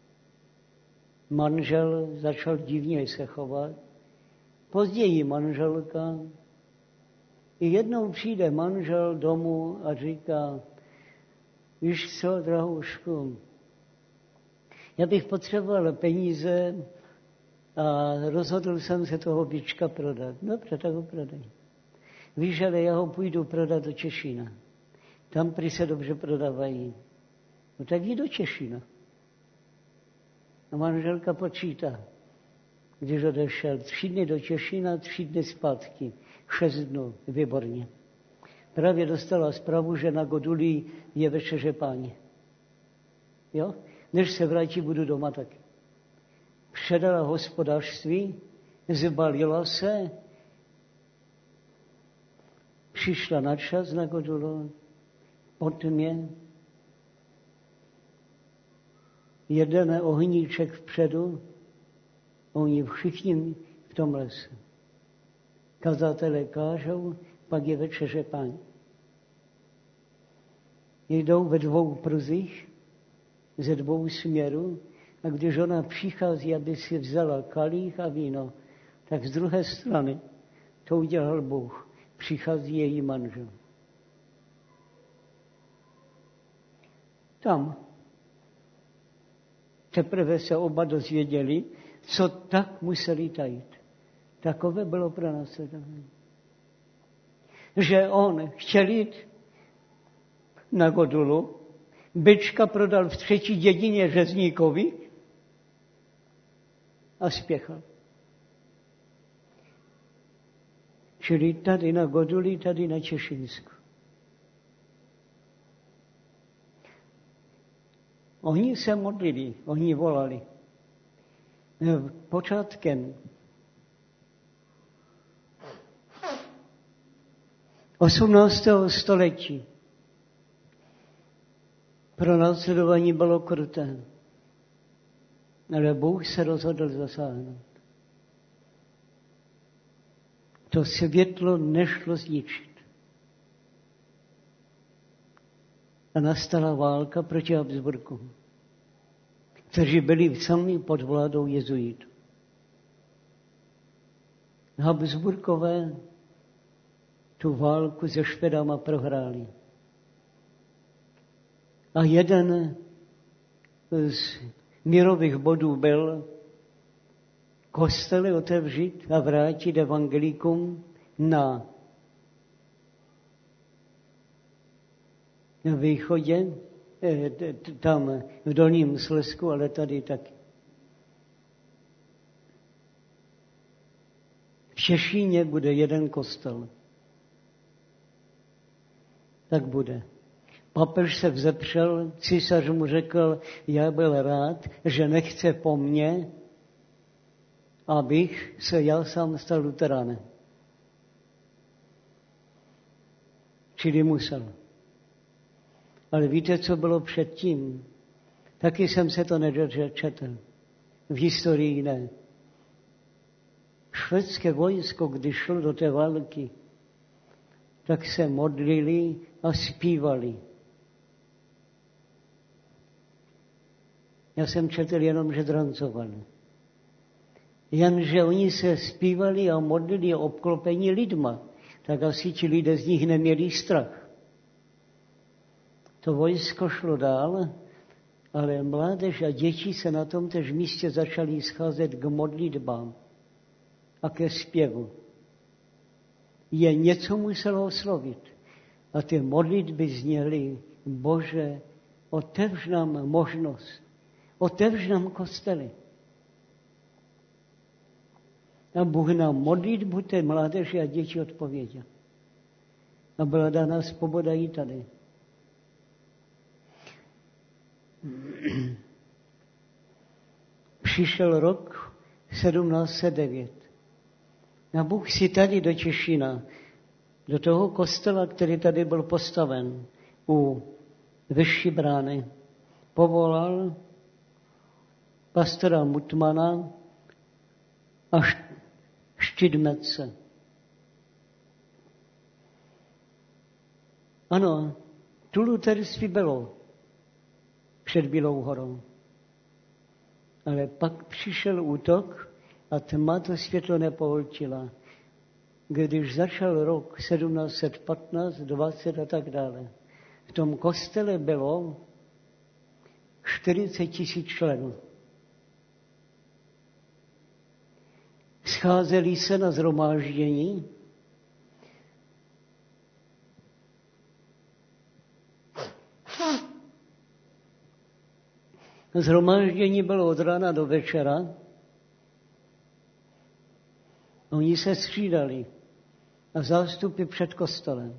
Manžel začal divně se chovat. Později manželka. I jednou přijde manžel domů a říká, víš co, drahoušku, já bych potřeboval peníze a rozhodl jsem se toho bička prodat. Dobře, tak ho prodej. Víš, ale já ho půjdu prodat do Těšína. Tam prý se dobře prodávají. No tak jdi do Těšína. A manželka počítá. Když odešel 3 dny do Těšína, 3 dny zpátky. 6 dnů, výborně. Právě dostala zprávu, že na Goduli je večeře Páně. Jo? Než se vrátí, budu doma taky. Předala hospodářství, zbalila se, přišla na čas na Godulu, po tmě jeden ohníček vpředu, oni všichni v tom lese. Kazatelé kážou, pak je večeře Páně. Jdou ve dvou pruzích, ze dvou směrů, a když ona přichází, aby si vzala kalich a víno, tak z druhé strany to udělal Bůh. Přichází její manžel. Tam teprve se oba dozvěděli, co tak museli tajit. Takové bylo pronásledování. Že on chtěl jít na Godulu, Bečka prodal v 3. dědině řezníkovi a spěchal. Čili tady na Goduli, tady na Češinsku. Oni se modlili, oni volali. Počátkem 18. století pronásledování bylo kruté, ale Bůh se rozhodl zasáhnout. To světlo nešlo zničit. A nastala válka proti Habsburkům, kteří byli sami pod vládou jezuitů. Habsburkové tu válku se Švédama prohráli. A jeden z mírových bodů byl kostely otevřít a vrátit evangelikům na východě, tam v Dolním Slezsku, ale tady taky. V Šešíně bude jeden kostel. Tak bude. Papež se vzepřel, císař mu řekl, já byl rád, že nechce po mně, abych se já sám stal luteránem. Čili musel. Ale víte, co bylo předtím? Taky jsem se to nedočetl. V historii ne. Švédské vojsko, když šlo do té války, tak se modlili a zpívali. Já jsem četl jenom, že drancovali. Jenže oni se zpívali a modlili obklopení lidma, tak asi ti lidé z nich neměli strach. To vojsko šlo dál, ale mládež a děti se na tomtéž místě začali scházet k modlitbám a ke zpěvu. Je něco muselo oslovit. A ty modlitby zněly, Bože, otevř nám možnost, otevř nám kostely. A Bůh na modlitbu té mládeže a děti odpověděl. A byla dána svoboda i tady. Přišel rok 1709. A Bůh si tady do Těšína, do toho kostela, který tady byl postaven u Vyšší brány, povolal pastora Mutmana a Štydmece. Ano, tu luterství bylo před Bílou horou. Ale pak přišel útok a tma to světlo nepohltila. Když začal rok 1715, 20 a tak dále, v tom kostele bylo 40 000 členů. Scházeli se na shromáždění. Shromáždění bylo od rána do večera. Oni se střídali a zástupy před kostelem.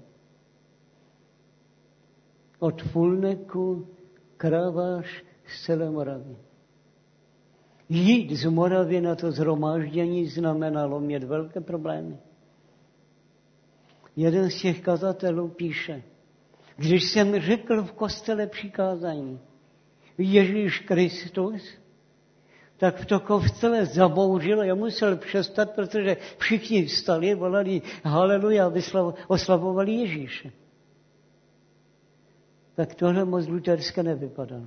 Od Fulneku, Kravař, z celé Moravy. Jít z Moravy na to shromáždění znamenalo mít velké problémy. Jeden z těch kazatelů píše, když jsem řekl v kostele přikázání, Ježíš Kristus, tak v to kostele zabouřilo, já musel přestat, protože všichni vstali, volali haleluja, oslavovali Ježíše. Tak tohle moc luterské nevypadalo.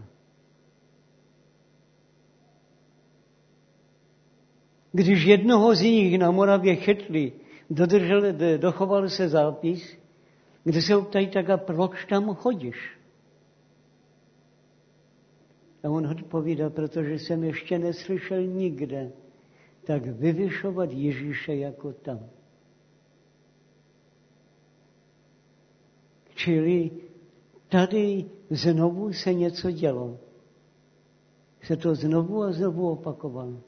Když jednoho z nich na Moravě chytli, dochoval se zápis, kde se ho ptají, tak a proč tam chodíš? A on odpovídá, protože jsem ještě neslyšel nikde, tak vyvyšovat Ježíše jako tam. Čili tady znovu se něco dělo. Se to znovu a znovu opakovalo.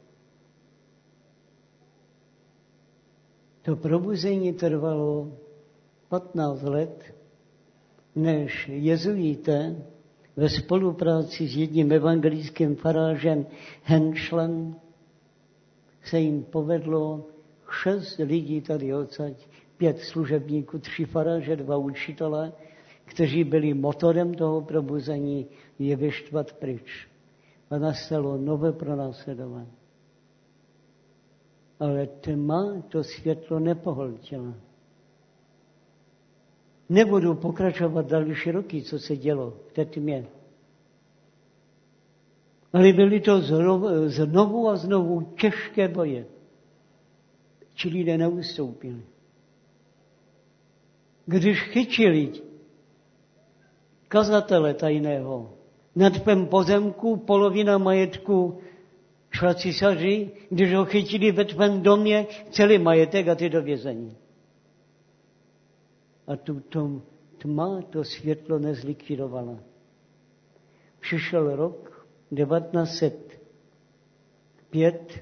To probuzení trvalo 15 let, než jezuité ve spolupráci s jedním evangelickým farářem Henschlem se jim povedlo 6 lidí tady odsaď, 5 služebníků, 3 faráře, 2 učitelé, kteří byli motorem toho probuzení, je vyštvat pryč. A nastalo nové pronásledování. Ale tma to světlo nepohltila. Nebudu pokračovat další roky, co se dělo v té tmě. Ale byly to znovu a znovu těžké boje. Či lidé neustoupili. Když chytili kazatele tajného nad tvém pozemku, polovina majetku šla císaři, když ho chytili ve tvém domě, celý majetek a ty do vězení. A tu tma to světlo nezlikvidovala. Přišel rok 1905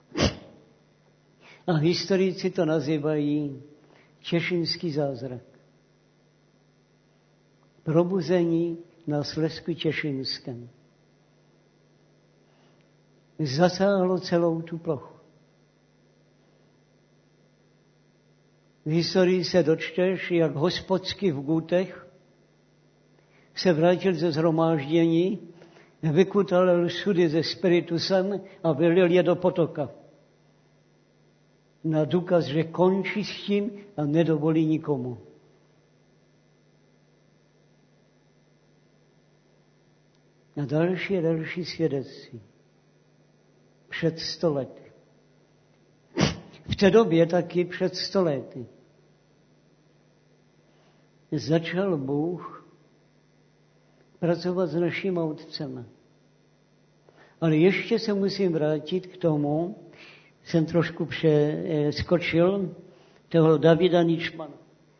a historici to nazývají Těšínský zázrak. Probuzení na Slezsku Těšínském. Zasáhlo celou tu plochu. V historii se dočteš, jak Hospodský v Gutech se vrátil ze shromáždění, vykutal sudy ze spiritusem a vylil je do potoka. Na důkaz, že končí s tím a nedovolí nikomu. A další svědectví. Před 100 lety. V té době taky před 100 lety začal Bůh pracovat s našimi otcemi. Ale ještě se musím vrátit k tomu, jsem trošku přeskočil, toho Davida Ničmana.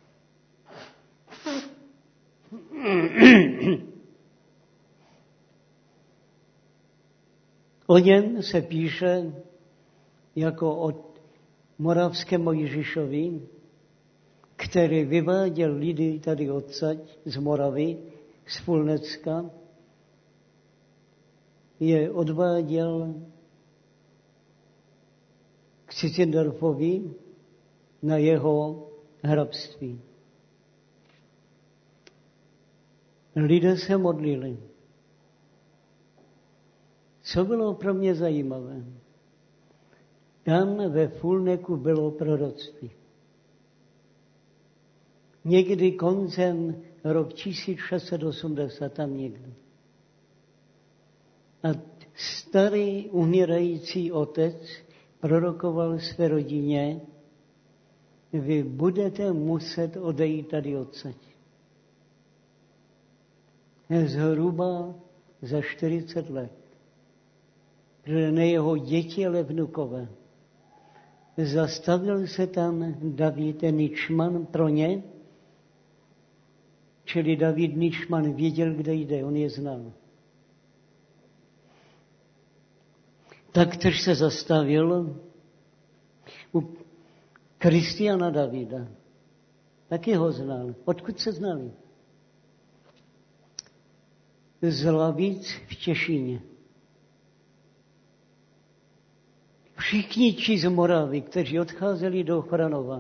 O něm se píše jako o moravském Mojžíšovi, který vyváděl lidi tady odsaď z Moravy, z Fulnecka, je odváděl k Cicindorfovi na jeho hrabství. Lidé se modlili. Co bylo pro mě zajímavé? Tam ve Fulneku bylo proroctví. Někdy koncem rok 1680, tam někdy. A starý umírající otec prorokoval své rodině, vy budete muset odejít tady odsaď. Zhruba za 40 let. Protože ne jeho děti, ale vnukové. Zastavil se tam David Ničman pro ně, čili David Ničman věděl, kde jde, on je znal. Taktéž se zastavil u Kristiana Davida. Taky ho znal. Odkud se znali? Z Lavic v Těšíně. Všichni ti z Moravy, kteří odcházeli do Chranova,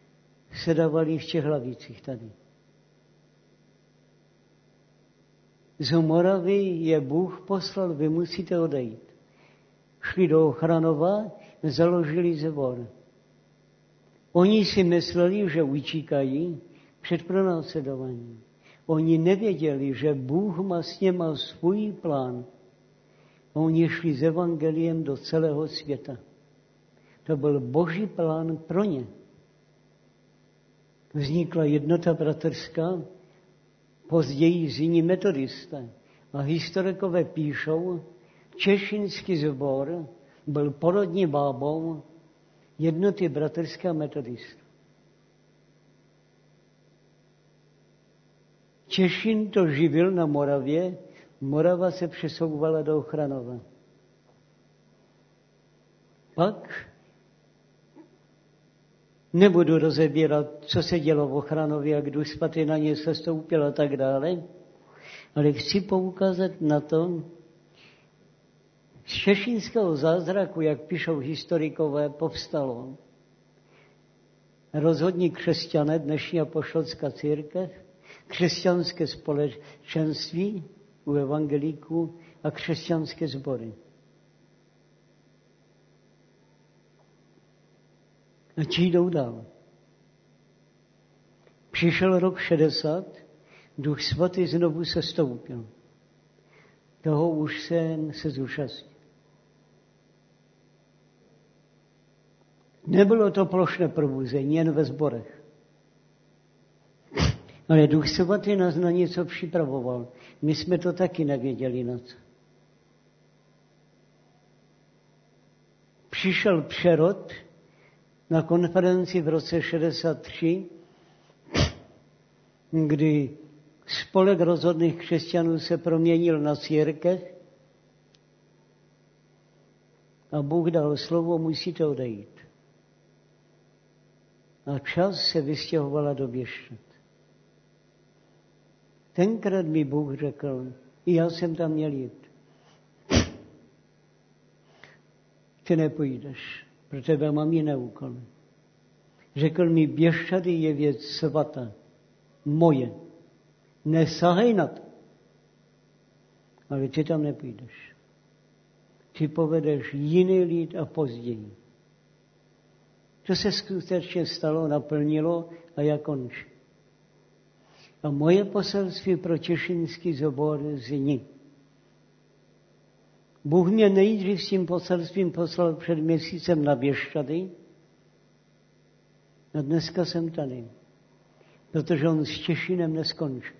se dávali v těch Lavicích tady. Z Moravy je Bůh poslal, vy musíte odejít. Šli do Ochranova, založili sbor. Oni si mysleli, že utíkají před pronásledováním. Oni nevěděli, že Bůh má s něma svůj plán. Oni šli s evangeliem do celého světa. To byl Boží plán pro ně. Vznikla jednota bratrská, později zní metodisté. A historikové píšou, Češinský sbor byl porodní bábou jednoty bratrská metodistů. Češin to živil na Moravě, Morava se přesouvala do Ochranova. Pak nebudu rozebírat, co se dělo v Ochranově, jak Duch Svatý na ně sestoupil a tak dále, ale chci poukázat na to, z češinského zázraku, jak píšou historikové, povstalo rozhodní křesťané, dnešní apoštolská církev, křesťanské společenství u evangelíků a křesťanské sbory. A či jdou dál. Přišel rok 60, Duch Svatý znovu sestoupil. Toho už jsem se zúčastnil. Nebylo to plošné probuzení, jen ve sborech. Ale Duch Svatý nás na něco připravoval. My jsme to taky nevěděli na co. Přišel přerod na konferenci v roce 63, kdy spolek rozhodných křesťanů se proměnil na církev a Bůh dal slovo, musíte odejít. A čas se vystěhovala do Běšťat. Tenkrát mi Bůh řekl, i já jsem tam měl jít. Ty nepůjdeš, pro tebe mám jiné úkoly. Řekl mi, Běšťady je věc svatá, moje. Nesahej na to. Ale ty tam nepůjdeš. Ty povedeš jiný lid a později. To se skutečně stalo, naplnilo a já končím. A moje poselství pro češinský sbor zní. Bůh mě nejdřív s tím poselstvím poslal před měsícem na Běšťady a dneska jsem tady, protože on s Češinem neskončil.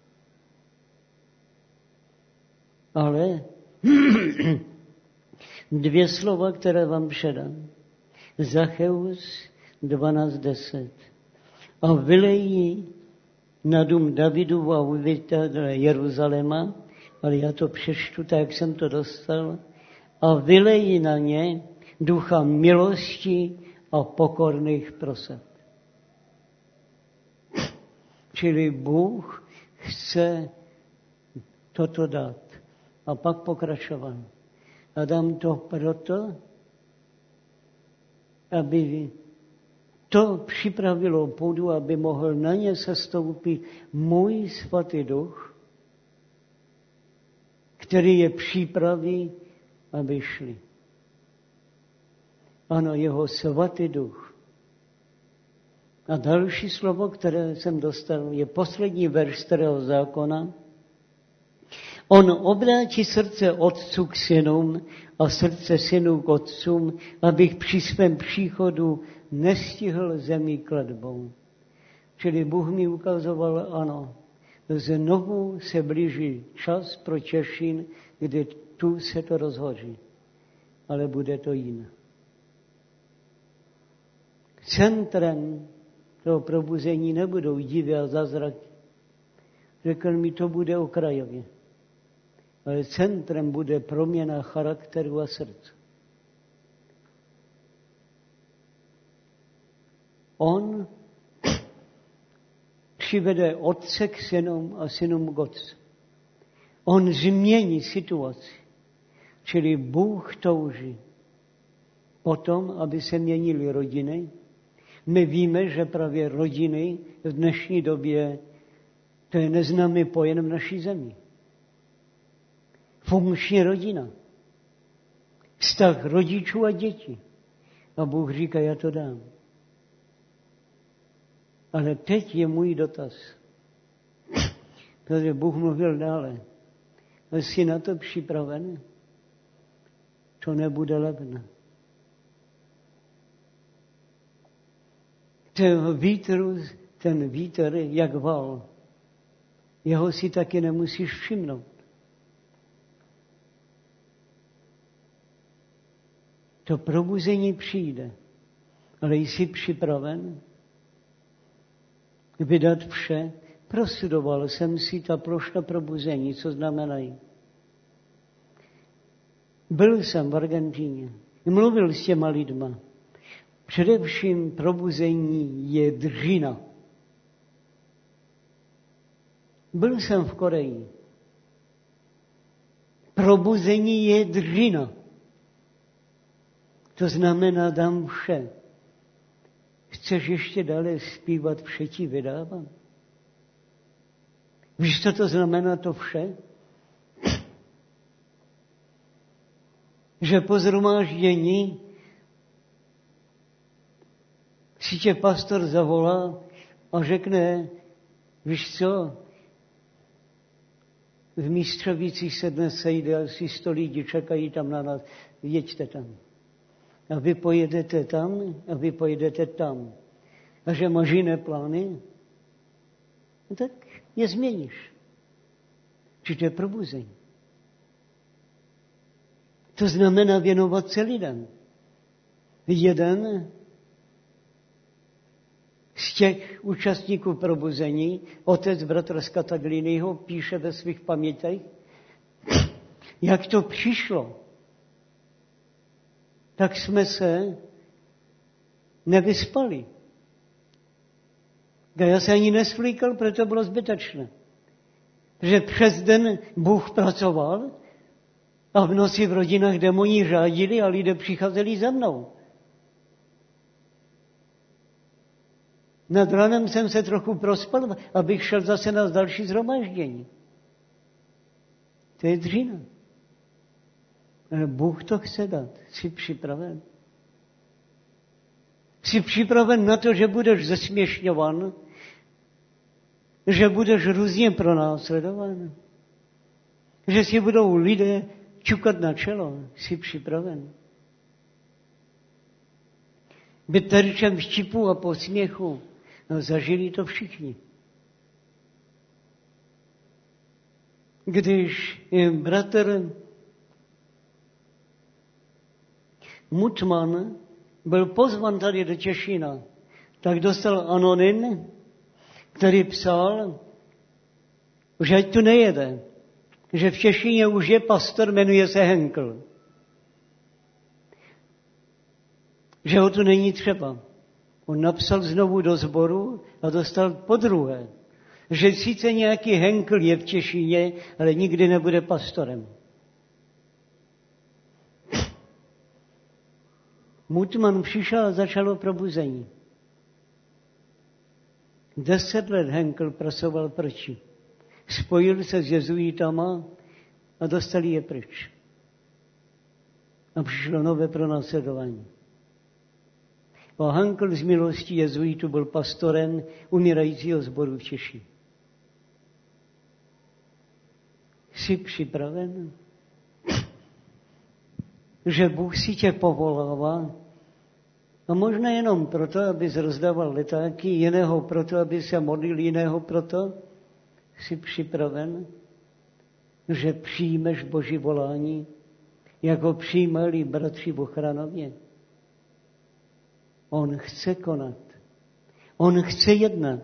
Ale dvě slova, které vám předám. Zacheus 12:10. A vylejí na dům Davidu a uvětadle Jeruzaléma, ale já to přečtu tak, jak jsem to dostal, a vylejí na ně ducha milosti a pokorných proseb. Čili Bůh chce toto dát. A pak pokračoval. A dám to proto, aby to připravilo půdu, aby mohl na ně sestoupit můj svatý duch, který je připraví, aby šli. Ano, jeho svatý duch. A další slovo, které jsem dostal, je poslední verš Starého zákona. On obrátí srdce otců k synům a srdce synů k otcům, abych při svém příchodu nestihl zemi kletbou. Čili Bůh mi ukazoval, ano, znovu se blíží čas pro Češin, kdy tu se to rozhoří. Ale bude to jiné. Centrem toho probuzení nebudou divy a zázraky. Řekl mi, to bude okrajově. Ale centrem bude proměna charakteru a srdce. On přivede otce k synům a synům k otci. On změní situaci. Čili Bůh touží potom, aby se měnily rodiny. My víme, že právě rodiny v dnešní době, to je neznámý pojem v naší zemi. funkční rodina. Vztah rodičů a dětí. A Bůh říká, já to dám. Ale teď je můj dotaz. Protože Bůh mluvil dále. Jsi na to připraven? To nebude levné. Ten vítr, jak val, jeho si taky nemusíš všimnout. To probuzení přijde, ale jsi připraven vydat vše? Prostudoval jsem si ta plošná probuzení, co znamenají. Byl jsem v Argentíně, mluvil s těma lidma. Především probuzení je dřina. Byl jsem v Koreji. Probuzení je dřina. To znamená, dám vše. Chceš ještě dále zpívat, vše ti vydávám? Víš, co to znamená to vše? Že po shromáždění si tě pastor zavolá a řekne, víš co, v Místřovicích se dnes sejde asi 100 lidí, čekají tam na nás, jeďte tam. A vy pojedete tam a vy pojedete tam. A že máš jiné plány, no tak je změníš. Či to je probuzení. To znamená věnovat se lidem. Jeden z těch účastníků probuzení, otec bratr z Kataglínyho, píše ve svých pamětech, jak to přišlo, tak jsme se nevyspali. Já se ani nesvlíkal, protože to bylo zbytečné. Že přes den Bůh pracoval a v noci v rodinách démoni řádili a lidé přicházeli za mnou. Nad ranem jsem se trochu prospal, abych šel zase na další shromáždění. To je dřina. Ale Bůh to chce dát. Jsi připraven? Jsi připraven na to, že budeš zesměšňovan, že budeš různě pronásledovan, že si budou lidé čukat na čelo. Jsi připraven? Být terčem vtipu a posměchu. No, zažili to všichni. Když bratr Mutman byl pozvan tady do Těšína, tak dostal anonym, který psal, že ať tu nejede, že v Těšíně už je pastor, jmenuje se Henkl. Že ho tu není třeba. On napsal znovu do sboru a dostal podruhé, že sice nějaký Henkl je v Těšíně, ale nikdy nebude pastorem. Mutman přišel a začalo probuzení. 10 let Henkl pracoval proti. Spojil se s jezuitama a dostali je pryč. A přišlo nové pronásledování. A Henkl z milostí jezuitů byl pastorem umírajícího sboru v Těšíně. Jsi připraven? Že Bůh si tě povolává a možná jenom proto, abys rozdával letáky, jiného proto, aby se modlil, jiného proto. Jsi připraven, že přijmeš Boží volání, jako přijímali bratři v Ochranově. On chce konat. On chce jednat.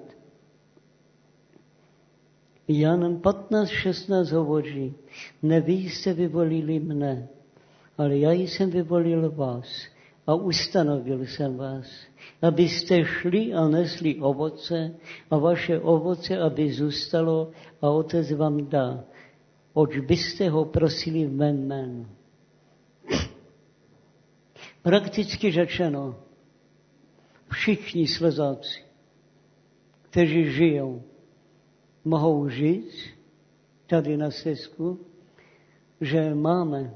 Jan 15:16 hovoří, ne vy jste vyvolili mne, ale já jsem vyvolil vás a ustanovil jsem vás, abyste šli a nesli ovoce a vaše ovoce, aby zůstalo a Otec vám dá. Oč byste ho prosili v mém jménu. Prakticky řečeno, všichni slezáci, kteří žijou, mohou žít tady na Slezsku že máme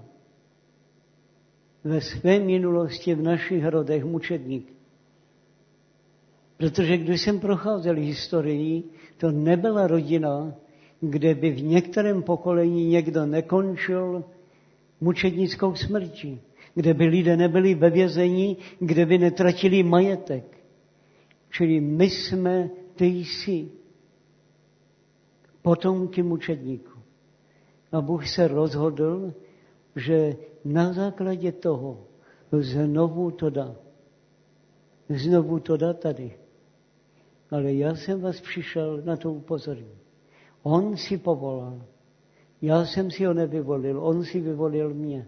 ve své minulosti v našich rodech mučedníky. Protože když jsem procházel historií, to nebyla rodina, kde by v některém pokolení někdo nekončil mučednickou smrtí, kde by lidé nebyli ve vězení, kde by netratili majetek. Čili my jsme týsi potomky mučedníků. A Bůh se rozhodl, že na základě toho znovu to dá. Znovu to dá tady. Ale já jsem vás přišel na to upozornit. On si povolal. Já jsem si ho nevyvolil, on si vyvolil mě.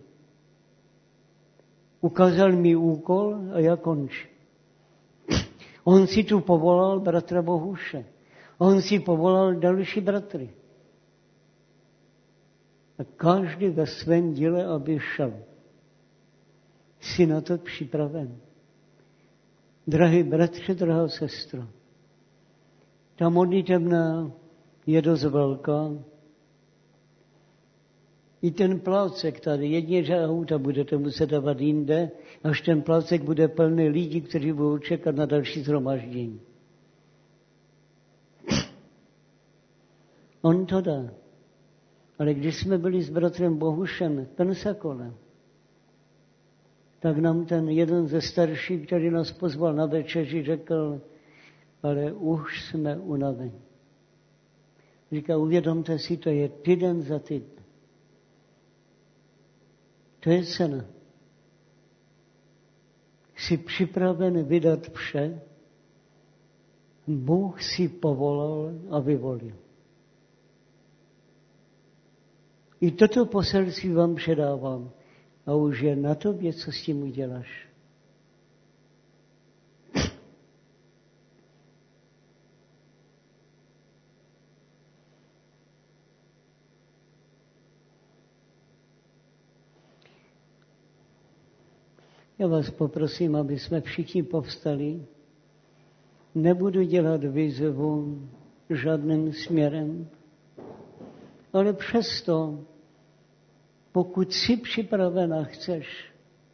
Ukázal mi úkol a já končím. On si tu povolal bratra Bohuše. On si povolal další bratry. A každý ve svém díle, aby šel. Jsi na to připraven. Drahý bratře, drahá sestro, ta modlitebna je dost velká. I ten plácek tady, jedně auta budete muset dávat jinde, až ten plácek bude plný lidí, kteří budou čekat na další shromáždění. On to dá. Ale když jsme byli s bratrem Bohušem v Pensakole, tak nám ten jeden ze starších, který nás pozval na večeři, řekl, ale už jsme unaveni. Říká, uvědomte si, to je týden za týden. To je cena. Jsi připraven vydat vše? Bůh si povolal a vyvolil. I toto poselství vám předávám. A už je na tobě, co s tím uděláš. Já vás poprosím, aby jsme všichni povstali. Nebudu dělat výzvu žádným směrem, ale přesto, pokud jsi připraven a chceš,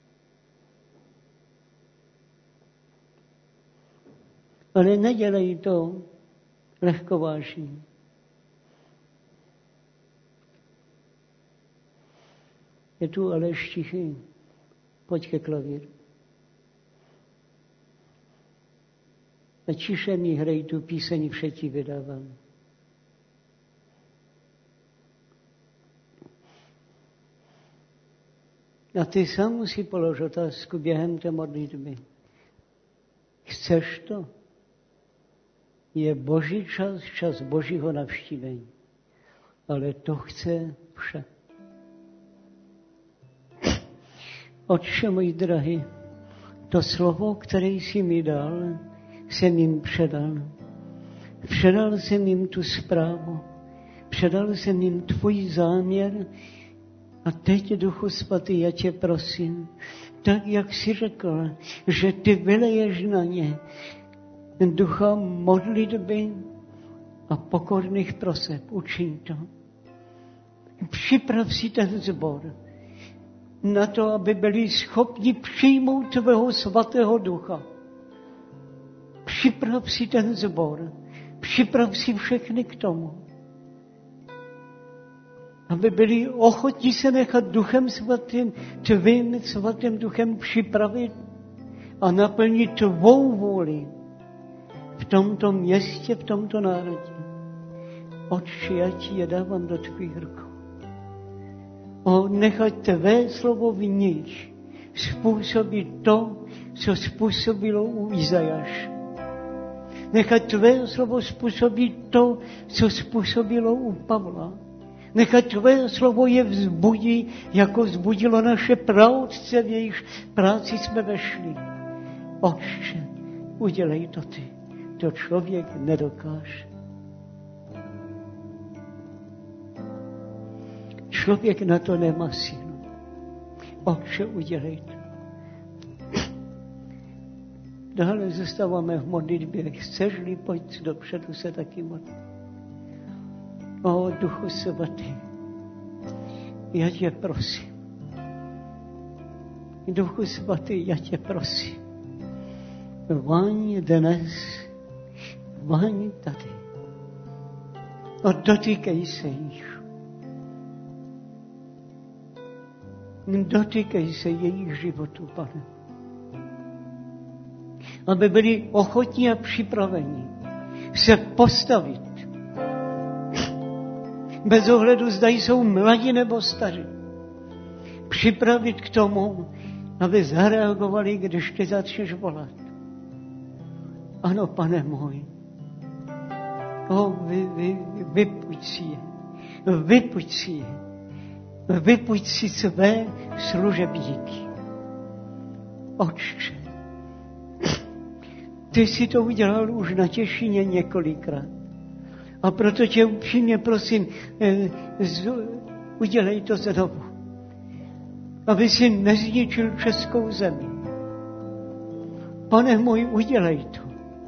ale nedělej to lehkovážně. Je tu Aleš Tichý. Pojď ke klavíru. A tiše mi hrej tu píseň, vše ti vydávám. A ty sám musí položit otázku během té modlitby. Chceš to? Je Boží čas, čas Božího navštívení. Ale to chce vše. Otče můj drahý, to slovo, které jsi mi dal, jsem jim předal. Předal jsem jim tu zprávu. Předal jsem jim tvůj záměr. A teď, Duchu Svatý, já tě prosím, tak, jak jsi řekl, že ty vyleješ na ně ducha modlitby a pokorných proseb. Učiň to. Připrav si ten sbor na to, aby byli schopni přijmout tvého svatého ducha. Připrav si ten sbor. Připrav si všechny k tomu. Aby byli ochotní se nechat Duchem Svatým, tvým svatým duchem připravit a naplnit tvou vůli v tomto městě, v tomto národě. Otče, já ti je dávám do tvých rukou. Nechať tvé slovo vnič způsobit to, co způsobilo u Izajáše. Nechať tvé slovo způsobit to, co způsobilo u Pavla. Nechať tvé slovo je vzbudí, jako vzbudilo naše praotce, v jejichž práci jsme vešli. Otče, udělej to ty. To člověk nedokáže. Člověk na to nemá sílu. Otče, udělej to. Dále zůstáváme v modlitbě. Chceš-li, pojď dopředu se taky modlit. O Duchu Svatý, já tě prosím. Duchu Svatý, já tě prosím. Váň dnes, váň tady. A dotýkej se jich. Dotýkej se jejich životů, Pane. Aby byli ochotní a připraveni se postavit. Bez ohledu, zda jsou mladí nebo staří. Připravit k tomu, aby zareagovali, když ty začneš volat. Ano, Pane můj. Vypůjď si je. Vypůjď si je. Vypůjď si své služebníky. Otče, ty jsi to udělal už na Těšíně několikrát. A proto tě upřímně prosím, udělej to znovu. Aby si nezničil českou zemi. Pane můj, udělej to.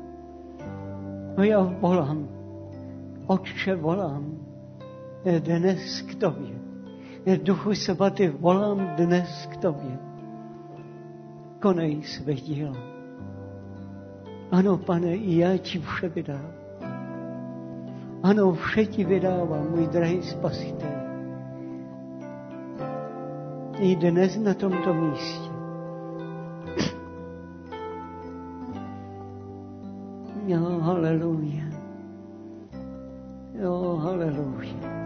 A já volám, Otče, volám dnes k tobě. Duchu Svatý, volám dnes k tobě. Konej své dílo. Ano, Pane, i já ti vše vydám. Ano, vše ti vydávám, můj drahý Spasitel. I dnes na tomto místě. Jo, haleluja. Jo, haleluja.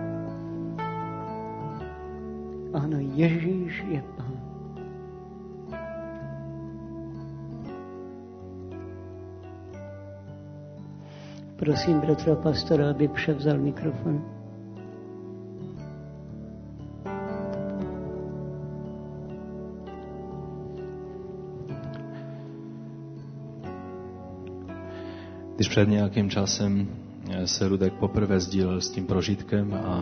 Ano, Ježíš je Pán. Prosím bratra pastora, aby převzal mikrofon. Když před nějakým časem se Rudek poprvé sdílel s tím prožitkem a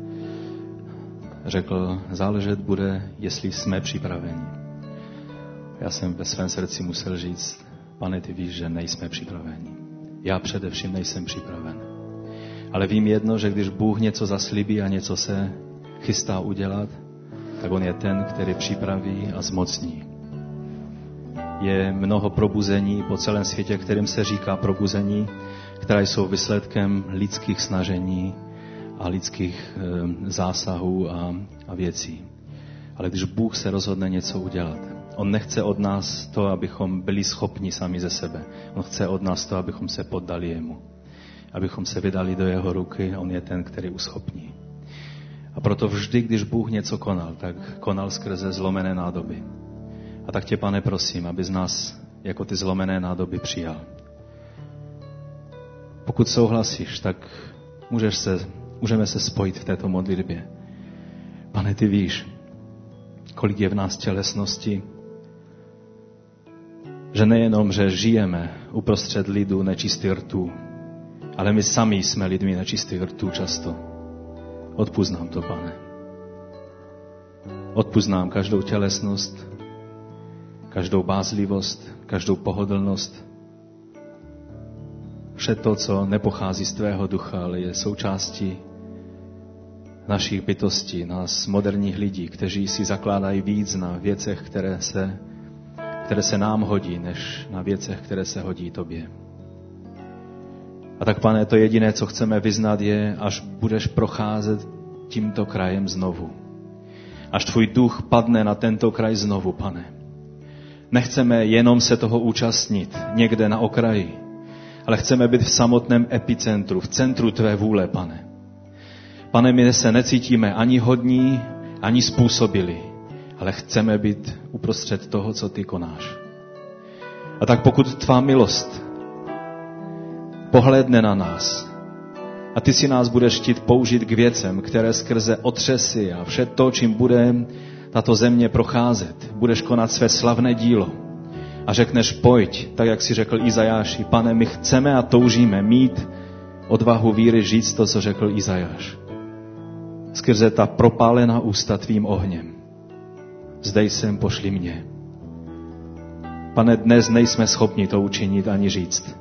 řekl, záležet bude, jestli jsme připraveni. Já jsem ve svém srdci musel říct, Pane, ty víš, že nejsme připraveni. Já především nejsem připraven. Ale vím jedno, že když Bůh něco zaslíbí a něco se chystá udělat, tak on je ten, který připraví a zmocní. Je mnoho probuzení po celém světě, kterým se říká probuzení, která jsou výsledkem lidských snažení a lidských zásahů a věcí. Ale když Bůh se rozhodne něco udělat, on nechce od nás to, abychom byli schopni sami ze sebe. On chce od nás to, abychom se poddali jemu. Abychom se vydali do jeho ruky, on je ten, který uschopní. A proto vždy, když Bůh něco konal, tak konal skrze zlomené nádoby. A tak tě, Pane, prosím, aby z nás jako ty zlomené nádoby přijal. Pokud souhlasíš, tak můžeme se spojit v této modlitbě. Pane, ty víš, kolik je v nás tělesnosti, že nejenom, že žijeme uprostřed lidu nečistých rtů, ale my sami jsme lidmi nečistých rtů často. Odpusť nám to, Pane. Odpusť nám každou tělesnost, každou bázlivost, každou pohodlnost. Vše to, co nepochází z tvého ducha, ale je součástí našich bytostí, nás moderních lidí, kteří si zakládají víc na věcech, které se nám hodí, než na věcech, které se hodí tobě. A tak, Pane, to jediné, co chceme vyznat, je, až budeš procházet tímto krajem znovu. Až tvůj duch padne na tento kraj znovu, Pane. Nechceme jenom se toho účastnit někde na okraji, ale chceme být v samotném epicentru, v centru tvé vůle, Pane. Pane, my se necítíme ani hodní, ani způsobili, ale chceme být uprostřed toho, co ty konáš. A tak pokud tvá milost pohlédne na nás a ty si nás budeš chtít použít k věcem, které skrze otřesy a vše to, čím bude tato země procházet, budeš konat své slavné dílo a řekneš, pojď, tak jak si řekl Izajáši, Pane, my chceme a toužíme mít odvahu víry říct to, co řekl Izajáš. Skrze ta propálená ústa tvým ohněm. Zde jsem, pošli mě. Pane, dnes nejsme schopni to učinit ani říct.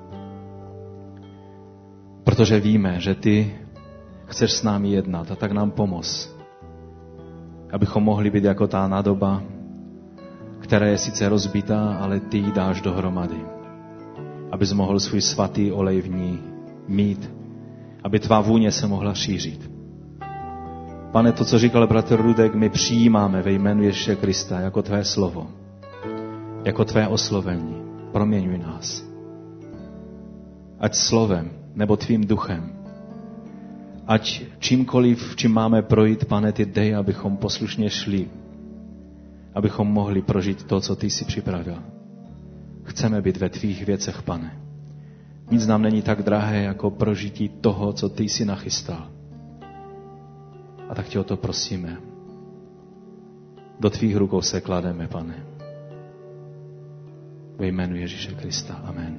Protože víme, že ty chceš s námi jednat a tak nám pomoz. Abychom mohli být jako ta nádoba, která je sice rozbitá, ale ty ji dáš dohromady. Abys mohl svůj svatý olej v ní mít, aby tvá vůně se mohla šířit. Pane, to, co říkal bratr Rudek, my přijímáme ve jménu Ježíše Krista jako tvé slovo, jako tvé oslovení. Proměňuj nás. Ať slovem nebo tvým duchem, ať čímkoliv, čím máme projít, Pane, ty dej, abychom poslušně šli, abychom mohli prožít to, co ty jsi připravil. Chceme být ve tvých věcech, Pane. Nic nám není tak drahé, jako prožití toho, co ty jsi nachystal. A tak tě o to prosíme. Do tvých rukou se klademe, Pane. Ve jménu Ježíše Krista. Amen.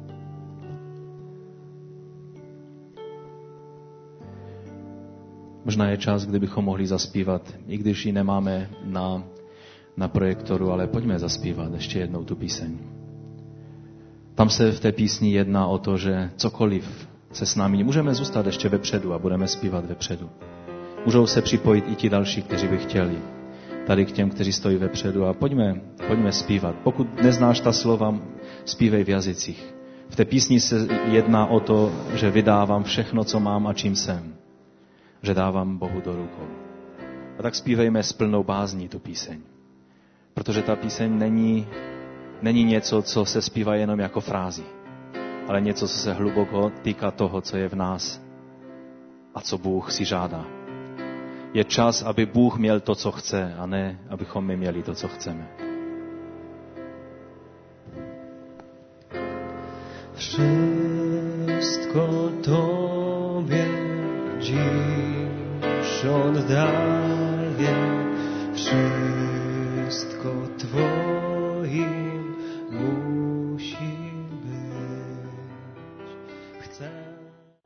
Možná je čas, kdybychom mohli zaspívat, i když ji nemáme na projektoru, ale pojďme zaspívat ještě jednou tu píseň. Tam se v té písni jedná o to, že cokoliv se s námi, můžeme zůstat ještě vepředu a budeme zpívat vepředu. Můžou se připojit i ti další, kteří by chtěli. Tady k těm, kteří stojí vepředu a pojďme zpívat. Pokud neznáš ta slova, zpívej v jazycích. V té písni se jedná o to, že vydávám všechno, co mám a čím jsem. Že dávám Bohu do rukou. A tak zpívejme s plnou bázní tu píseň. Protože ta píseň není něco, co se zpívá jenom jako frázi, ale něco, co se hluboko týká toho, co je v nás a co Bůh si žádá. Je čas, aby Bůh měl to, co chce, a ne, abychom my měli to, co chceme. Wszystko Tobie dziś oddaję, wszystko Twoim musi być. Chcę